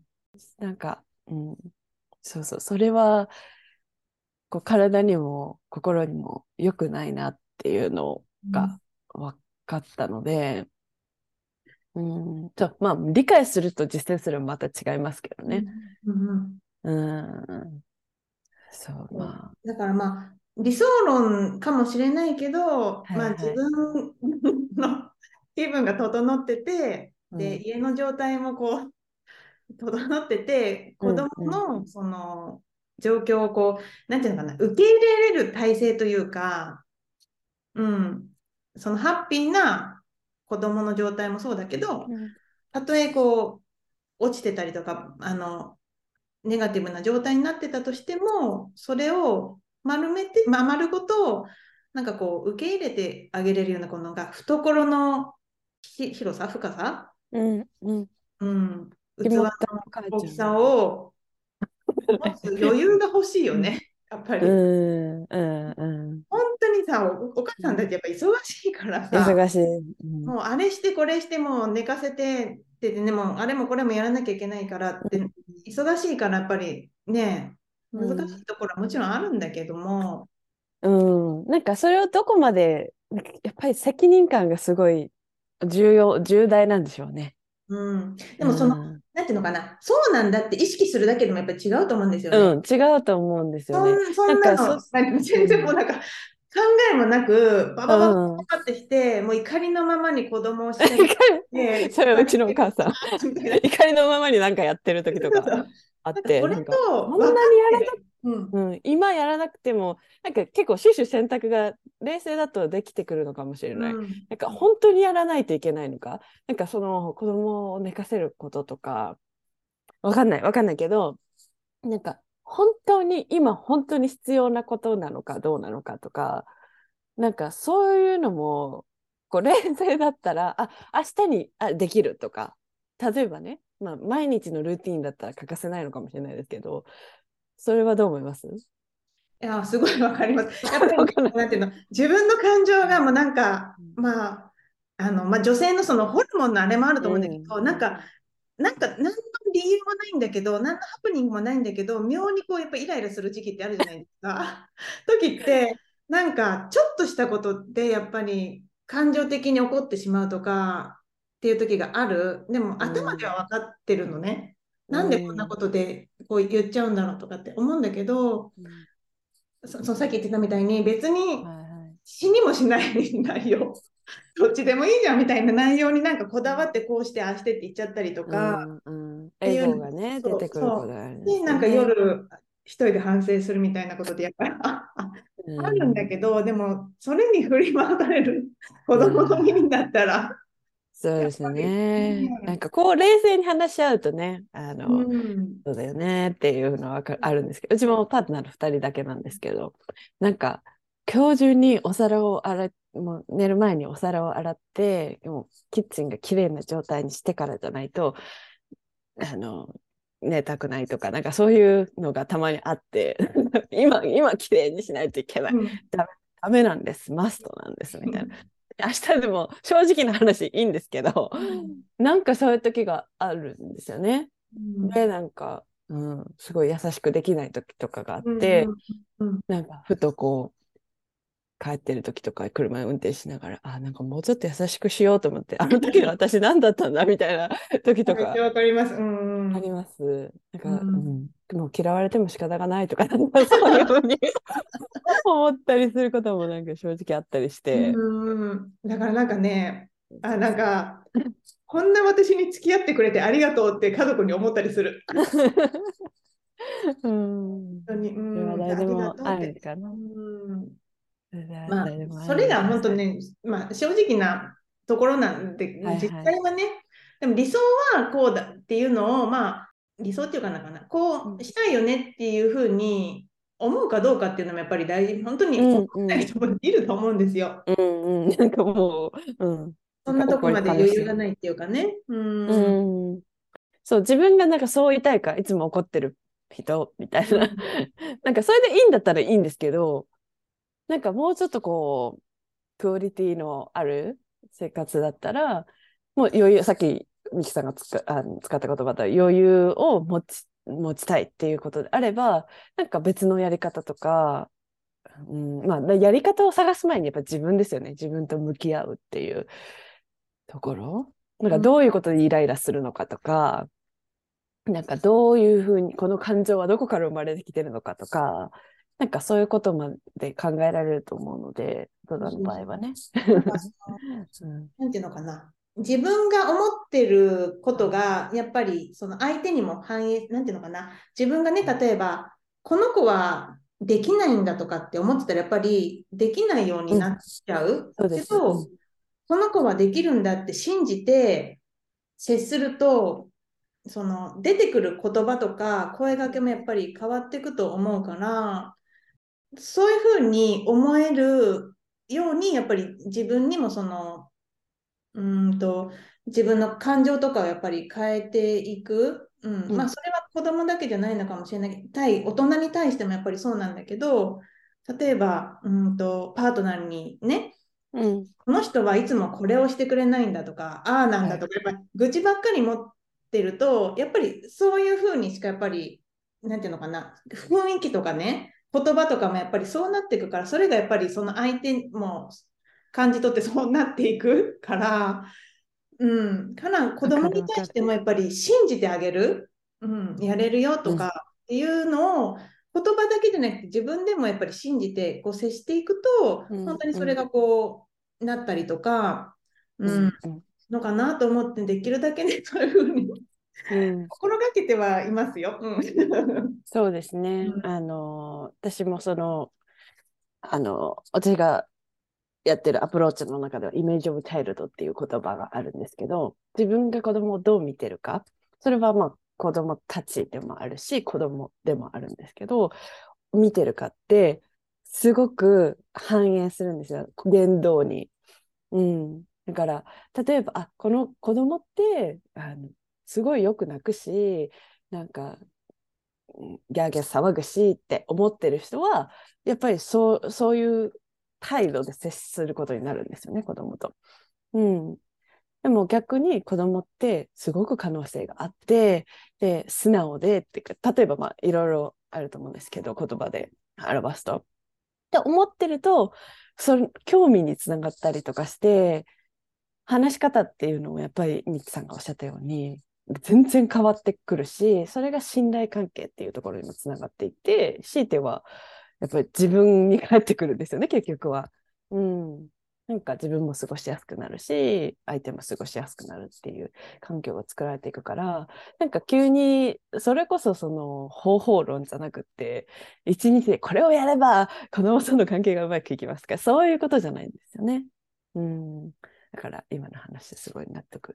なんか、そうそう、それは、こう、体にも心にも良くないなっていうのがうん分かったので、まあ、理解すると実践するはまた違いますけどね。 うんうんうん。そう、 そうまだから理想論かもしれないけど、 あ、はい自はい。 分の気分が整ってて、で、 うん、 家の状態もこう、整ってて、子供うん、うん、 のその状況をこう、なんていうのかな、受け入れれる体制というか、うん、そのハッピーな子供の状態もそうだけど、 うん、 たとえこう、落ちてたりとか、ネガティブな状態になってたとしても、それを丸ごと、なんかこう、受け入れてあげれるような、この懐の広さ、深さ、 うん、うん。 うん、器の気持ち母ちゃん。 大きさを持つ余裕が欲しいようん、 ね、やっぱうり。 ん、うん、うん。 本当にさ、お母さんたうんちやっぱ忙しいからさ、 忙しい。うん。 もうあれしてこれしてもう寝かせてってね、もうあれもこれもやらなきゃいけないからって、忙しいからやっぱりね、難しうん。 いところはもちろんあるんだけども、 うん。なんかそれをどこまで、なんかやっぱり責任感がすごい重大なんでしょうね。 うん、でうもん。 なんていうのかな、そうなんだって意識するだけでもやっぱり違うと思うんですよね。 うん、違うと思うんですよね。 そなんか、 んなの、全然もううん。 なんか、 えもなく、ババババうん。 バってして、もう怒りのままに子供を下にして、 それはうちのお母さん。 みたいな。 怒りのままになんかやってる時とかそうそう。 あって、 なんかそれなんか、そと分かんなにやらなってる。うん。 うん、今やらなくても、なんか結構取捨選択が冷静だとできてくるのかもしれない。 うん。 なんか本当にやらないといけないのか、なんかその子供を寝かせることとか、わかんないけど、なんか本当に今本当に必要なことなのかどうなのかとか、なんかそういうのも、こう冷静だったら、明日にできるとか、例えばね、まあ毎日のルーティンだったら欠かせないのかもしれないですけど、それはどう思います？ いや、すごいわかります。やっぱりね、 わかんない。 なんていうの、自分の感情がもうなんか、 うん女性のそのホルモンのあれもあるとう思うんだけん。 ど、何の理由もないんだけど、何のハプニングもないんだけど、妙にこう、やっぱイライラする時期ってあるじゃないですか。時って、なんか、ちょっとしたことで、やっぱり感情的に怒ってしまうとかっていう時がある。でも、 う頭でん。 は分かってるのね。 うなんでこんなん。 ことでこう言っちゃうんだろうとかって思うんだけど、 うん。 さっき言ってたみたいに別にはいはい。 死にもしない内容、どっちでもいいじゃんみたいな内容になんかこだわってこうしてああしてって言っちゃったりとうかん。うん。 っていうの、 エゴがね、出そうてくることそがありう。で、 ますなんかよね。 夜一人で反省するみたいなことでやっぱりうあるんだん。 けど、でもそれに振り回される子供のああ、 耳だったら、 そうですやっぱり、 ね。なんね、 かこう冷静に話し合うとね、 うん、 そうだよねっていうのはあるんですけど、うちもパートナーの2人だけなんですけど、なんか今日中にお皿を洗い、もう寝る前にお皿を洗って、もうキッチンが綺麗な状態にしてからじゃないと、あの、寝たくないとか、なんかそういうのがたまにあって、今綺麗にしないといけない。 うん、 ダメ、ダメなんです。マストなんです。みたいな。明日でも正直な話いいんですけど、 うん、 なんかそういう時があるんですよね。 うん、 で、なんか、すごい優しくできない時とかがあっうん、 て、 うん、 なんかふとこう、帰ってる時とか車運転しながら、なんかもうちょっと優しくしようと思って、あの時の私何だったんだみたいな時とかめっちゃわかります。うん、うん、 あります。なんか、 うん、 もう嫌われても仕方がないとか、なんかそういうふうに思ったりすることもなんか正直あったりしうて。 ん。だからなんかね、なんそうそう。 か、こんな私に付き合ってくれてありがとうって家族に思ったりする。 うん。 本当に、 それは誰ありがでもあとうって。 るかな。それはまあ、 誰でもあるそれがんですかね。 本当ね、正直なところなんで、実はいはい。 際はね、でも理想はこうだっていうのを、理想っていうかなんかな、こううんしたいよねっていうふうに思うかどうかっていうのもやっぱり大事、本当に思っうんうんた人もいると思うんですよ。 うんうん。なんかもう、 そんなとこ怒りまで余っぱなし。 裕がないっていうかね。 うん。そう、自分がなんかそういたいか、いつも怒ってる人みたいな。 うん、 なんかそれでいいんだったらいいんですけど、なんかもうちょっとこう、クオリティのある生活だったら、もう余裕、さっきミキさんが使った言葉だったら余裕を持ちたいっていうことであれば、なんか別のやり方とか、まあ、やり方を探す前にやっぱ自分ですよね。自分と向き合うっていうところ。なんうん、 かどういうことでイライラするのかとか、なんかどういうふうに、この感情はどこから生まれてきてるのかとか、なんかそういうことまで考えられると思うので、ドそうラのそうそう。 場合はね。 なんかうん、 なんていうのかな。自分が思ってることが、やっぱりその相手にも反映、なんていうのかな。自分がね、例えば、この子はできないんだとかって思ってたら、やっぱりできないようにうん、 なっちゃう。 そうです。うけど、 ん、 この子はできるんだって信じて接すると、その出てくる言葉とか声掛けもやっぱり変わっていくと思うから、そういうふうに思えるように、やっぱり自分にもその、う自分の感情とかをやっぱり変えていく。 うん、 それは子供だけじゃないのかもしれない。大人に対してもやっぱりそうなんだけど、例えば、パートナーにね、 うん、 この人はいつもこれをしてくれないんだとか、ああなんはい。 だとか、やっぱり愚痴ばっかり持ってると、やっぱりそういうふうにしかやっぱり、なんていうのかな、雰囲気とかね、言葉とかもやっぱりそうなっていくから、それがやっぱりその相手も感じ取ってそうなっていくから、子わか供にるわかる。 対してもやっぱり信じてあげる、やれるようん、 とかっていうのを言葉だけじゃなくて自分でもやっぱり信じてこう接していくと、本当にそれがこうなったりとか、のかなと思って、できるだけね、そういうふうに心がけてはいますよ。 そうですね。私も私がやってるアプローチの中ではイメージオブチャイルドっていう言葉があるんですけど、自分が子供をどう見てるか、それはまあ子供たちでもあるし、子供でもあるんですけど、見てるかってすごく反映するんですよ、言動に。だから例えばこの子供ってすごいよく泣くし、なんかギャーギャー騒ぐしって思ってる人はやっぱりそういう態度で接することになるんですよね、子供と。うん、でも逆に子供ってすごく可能性があって、で素直でっていうか、例えばまあいろいろあると思うんですけど、言葉で表すとって思ってると、その興味につながったりとかして、話し方っていうのもやっぱりミキさんがおっしゃったように全然変わってくるし、それが信頼関係っていうところにもつながっていって、強いてはやっぱり自分に返ってくるんですよね、結局は。なんか自分も過ごしやすくなるし、相手も過ごしやすくなるっていう環境が作られていくから、なんか急にそれこそその方法論じゃなくって一日でこれをやれば子供との関係がうまくいきますか、そういうことじゃないんですよね。だから今の話すごい納得。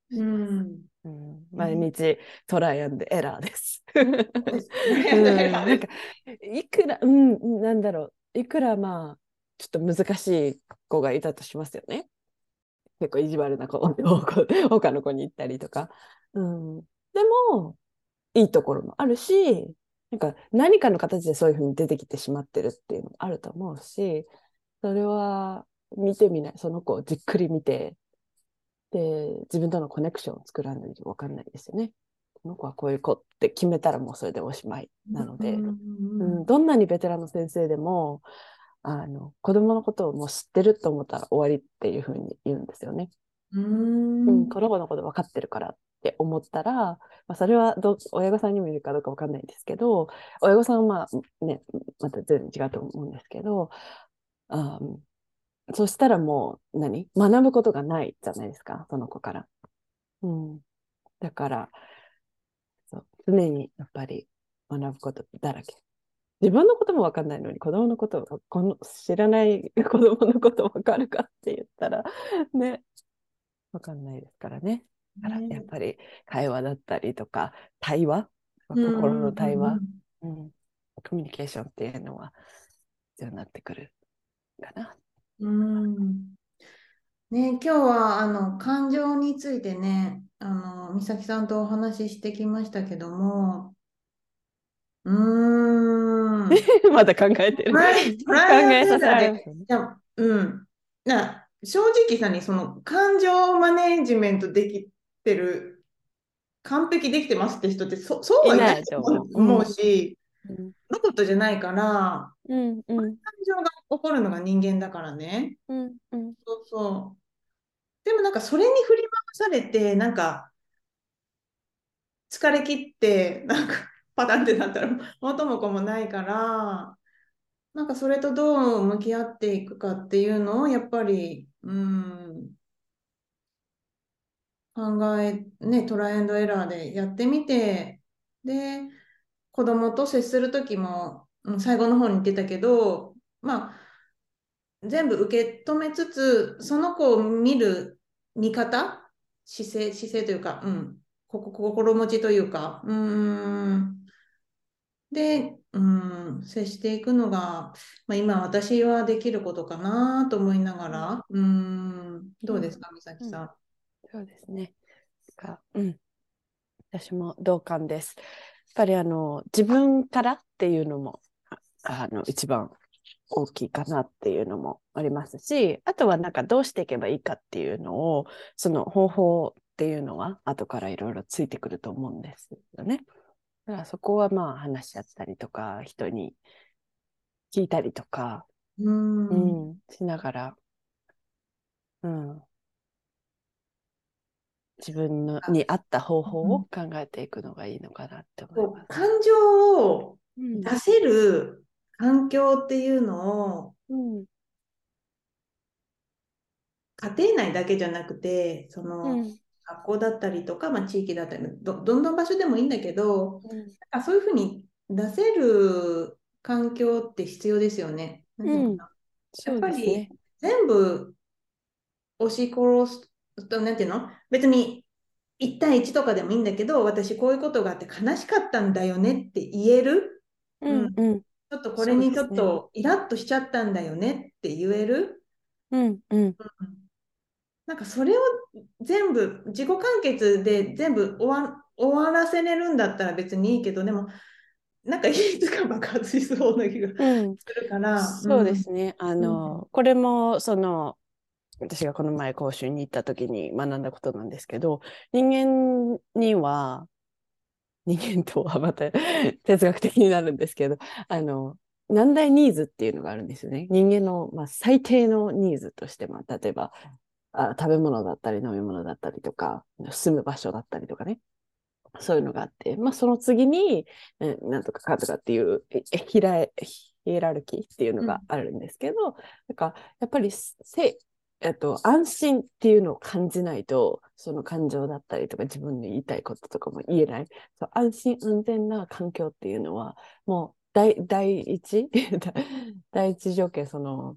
毎日トライアンドエラーです。なんかいくら、なんだろう、いくらまあちょっと難しい子がいたとしますよね。結構意地悪な子、他の子に行ったりとか。でもいいところもあるし、なんか何かの形でそういうふうに出てきてしまってるっていうのもあると思うし、それは見てみない、その子をじっくり見て、で、自分とのコネクションを作らないと分かんないですよね。この子はこういう子って決めたらもうそれでおしまいなので、どんなにベテランの先生でも、子供のことをもう知ってると思ったら終わりっていうふうに言うんですよね。この子のこと分かってるからって思ったら、それは親御さんにもいるかどうか分かんないですけど、親御さんはね、また全然違うと思うんですけど、あそしたらもう学ぶことがないじゃないですか、その子から。だから常にやっぱり学ぶことだらけ。自分のことも分かんないのに子供のことを知らない子供のこと分かるかって言ったらね、分かんないですからね。だからやっぱり会話だったりとか対話、心の対話、コミュニケーションっていうのは必要になってくるかな。 ね、今日は感情についてね、美咲さんとお話ししてきましたけども、 まだ考えてる。 ト考ライアンドえさせエラーで、 られますよね。 正直さにその感情マネージメントできてる、完璧できてますって人ってそうはいないいないとと思う。 思うし、 うん、 ロボットじゃないから、 うん、うん、 感情が起こるのが人間だからね。 うん、うん、 そうそう。でもなんかそれに振り回されて、なんか疲れ切って、なんかパタンってなったら元も子もないから、なんかそれとどう向き合っていくかっていうのをやっぱり、トライアンドエラーでやってみて、で、子供と接するときも、最後の方に言ってたけど、まあ、全部受け止めつつ、その子を見る見方、姿勢というか、心持ちというか、で、接していくのが、今私はできることかなと思いながら、どうですか、美咲さん。 そうですね。私も同感です。やっぱり自分からっていうのも一番大きいかなっていうのもありますし、あとはなんかどうしていけばいいかっていうのを、その方法っていうのは後からいろいろついてくると思うんですよね。だからそこはまあ話し合ったりとか、人に聞いたりとか、しながら、うん、自分に合った方法を考えていくのがいいのかなって思います。 感情を出せる環境っていうのを、家庭内だけじゃなくて、その学校だったりとか、地域だったりどんな場所でもいいんだけど、なんかそういうふうに出せる環境って必要ですよね。なんていうのかな。やっぱり全部押し殺すと、なんていうの、別に1対1とかでもいいんだけど、私こういうことがあって悲しかったんだよねって言える。ちょっとこれにちょっとイラッとしちゃったんだよねって言える。なんかそれを全部自己完結で全部終わらせれるんだったら別にいいけど、でもなんかいつか爆発しそうな気がするから。 そうですね。これも私がこの前講習に行った時に学んだことなんですけど、人間とはまた哲学的になるんですけど、何大ニーズっていうのがあるんですよね。人間の、最低のニーズとして、例えば食べ物だったり飲み物だったりとか、住む場所だったりとかね。そういうのがあって、その次に、なんとかかとかっていうヒエラルキーっていうのがあるんですけど、なんかやっぱり安心っていうのを感じないと、その感情だったりとか自分に言いたいこととかも言えない。安心安全な環境っていうのは、もう第一第一条件、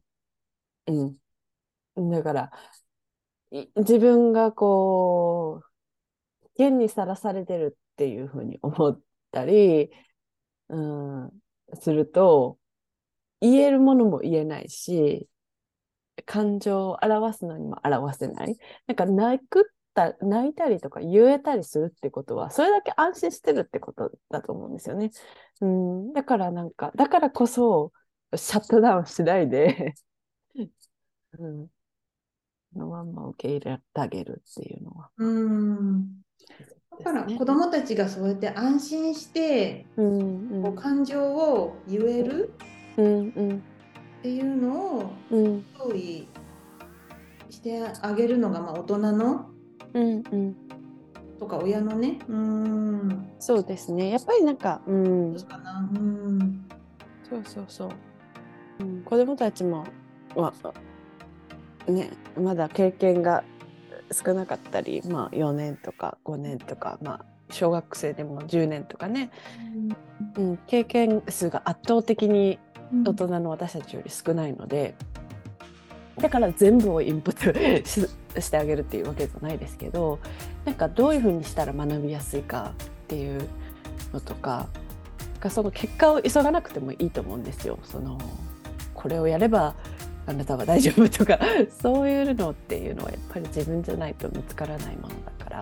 だから、自分がこう、危険にさらされてるっていうふうに思ったり、すると、言えるものも言えないし、感情を表すのにも表せない。なんか泣いたりとか言えたりするってことは、それだけ安心してるってことだと思うんですよね。だからこそ、シャットダウンしないで、そのまんま受け入れてあげるっていうのは。 だから子どもたちがそうやって安心して、こう感情を言えるっていうのを用意してあげるのが大人の、とか親のね。 そうですね。やっぱりなんか、 そうかな。 そう。子どもたちも、まだ経験が少なかったり、4年とか5年とか、小学生でも10年とかね、経験数が圧倒的に大人の私たちより少ないので、だから全部をインプットしてあげるっていうわけじゃないですけど、なんかどういうふうにしたら学びやすいかっていうのとか、その結果を急がなくてもいいと思うんですよ。これをやればあなたは大丈夫とかそういうのっていうのはやっぱり自分じゃないと見つからないものだから、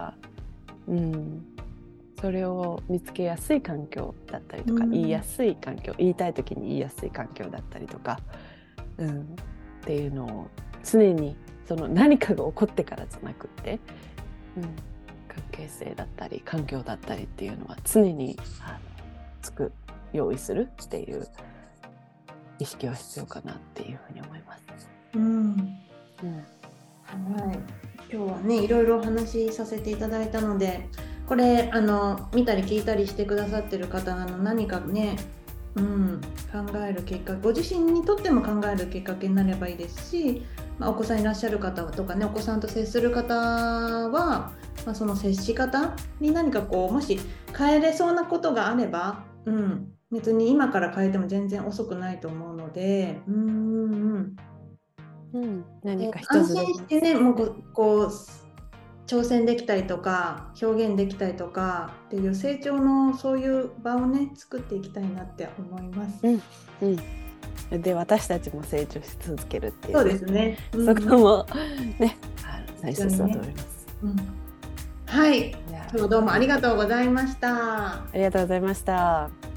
それを見つけやすい環境だったりとか、言いやすい環境、言いたい時に言いやすい環境だったりとか、っていうのを常に何かが起こってからじゃなくって、関係性だったり環境だったりっていうのは常に用意するっていう意識は必要かなっていうふうに思います。 はい、今日はねいろいろお話しさせていただいたので、これ見たり聞いたりしてくださってる方何かね、考えるきっかけ、ご自身にとっても考えるきっかけになればいいですし、お子さんいらっしゃる方とかね、お子さんと接する方は、その接し方に何かもし変えれそうなことがあれば、別に今から変えても全然遅くないと思うので、 何か一つ安心してね、もう挑戦できたりとか表現できたりとかっていう成長のそういう場をね作っていきたいなって思います。 で私たちも成長し続けるっていう、 そうですね。 そこもね大切だと思います。 はい。今日どうもありがとうございました。 ありがとうございました。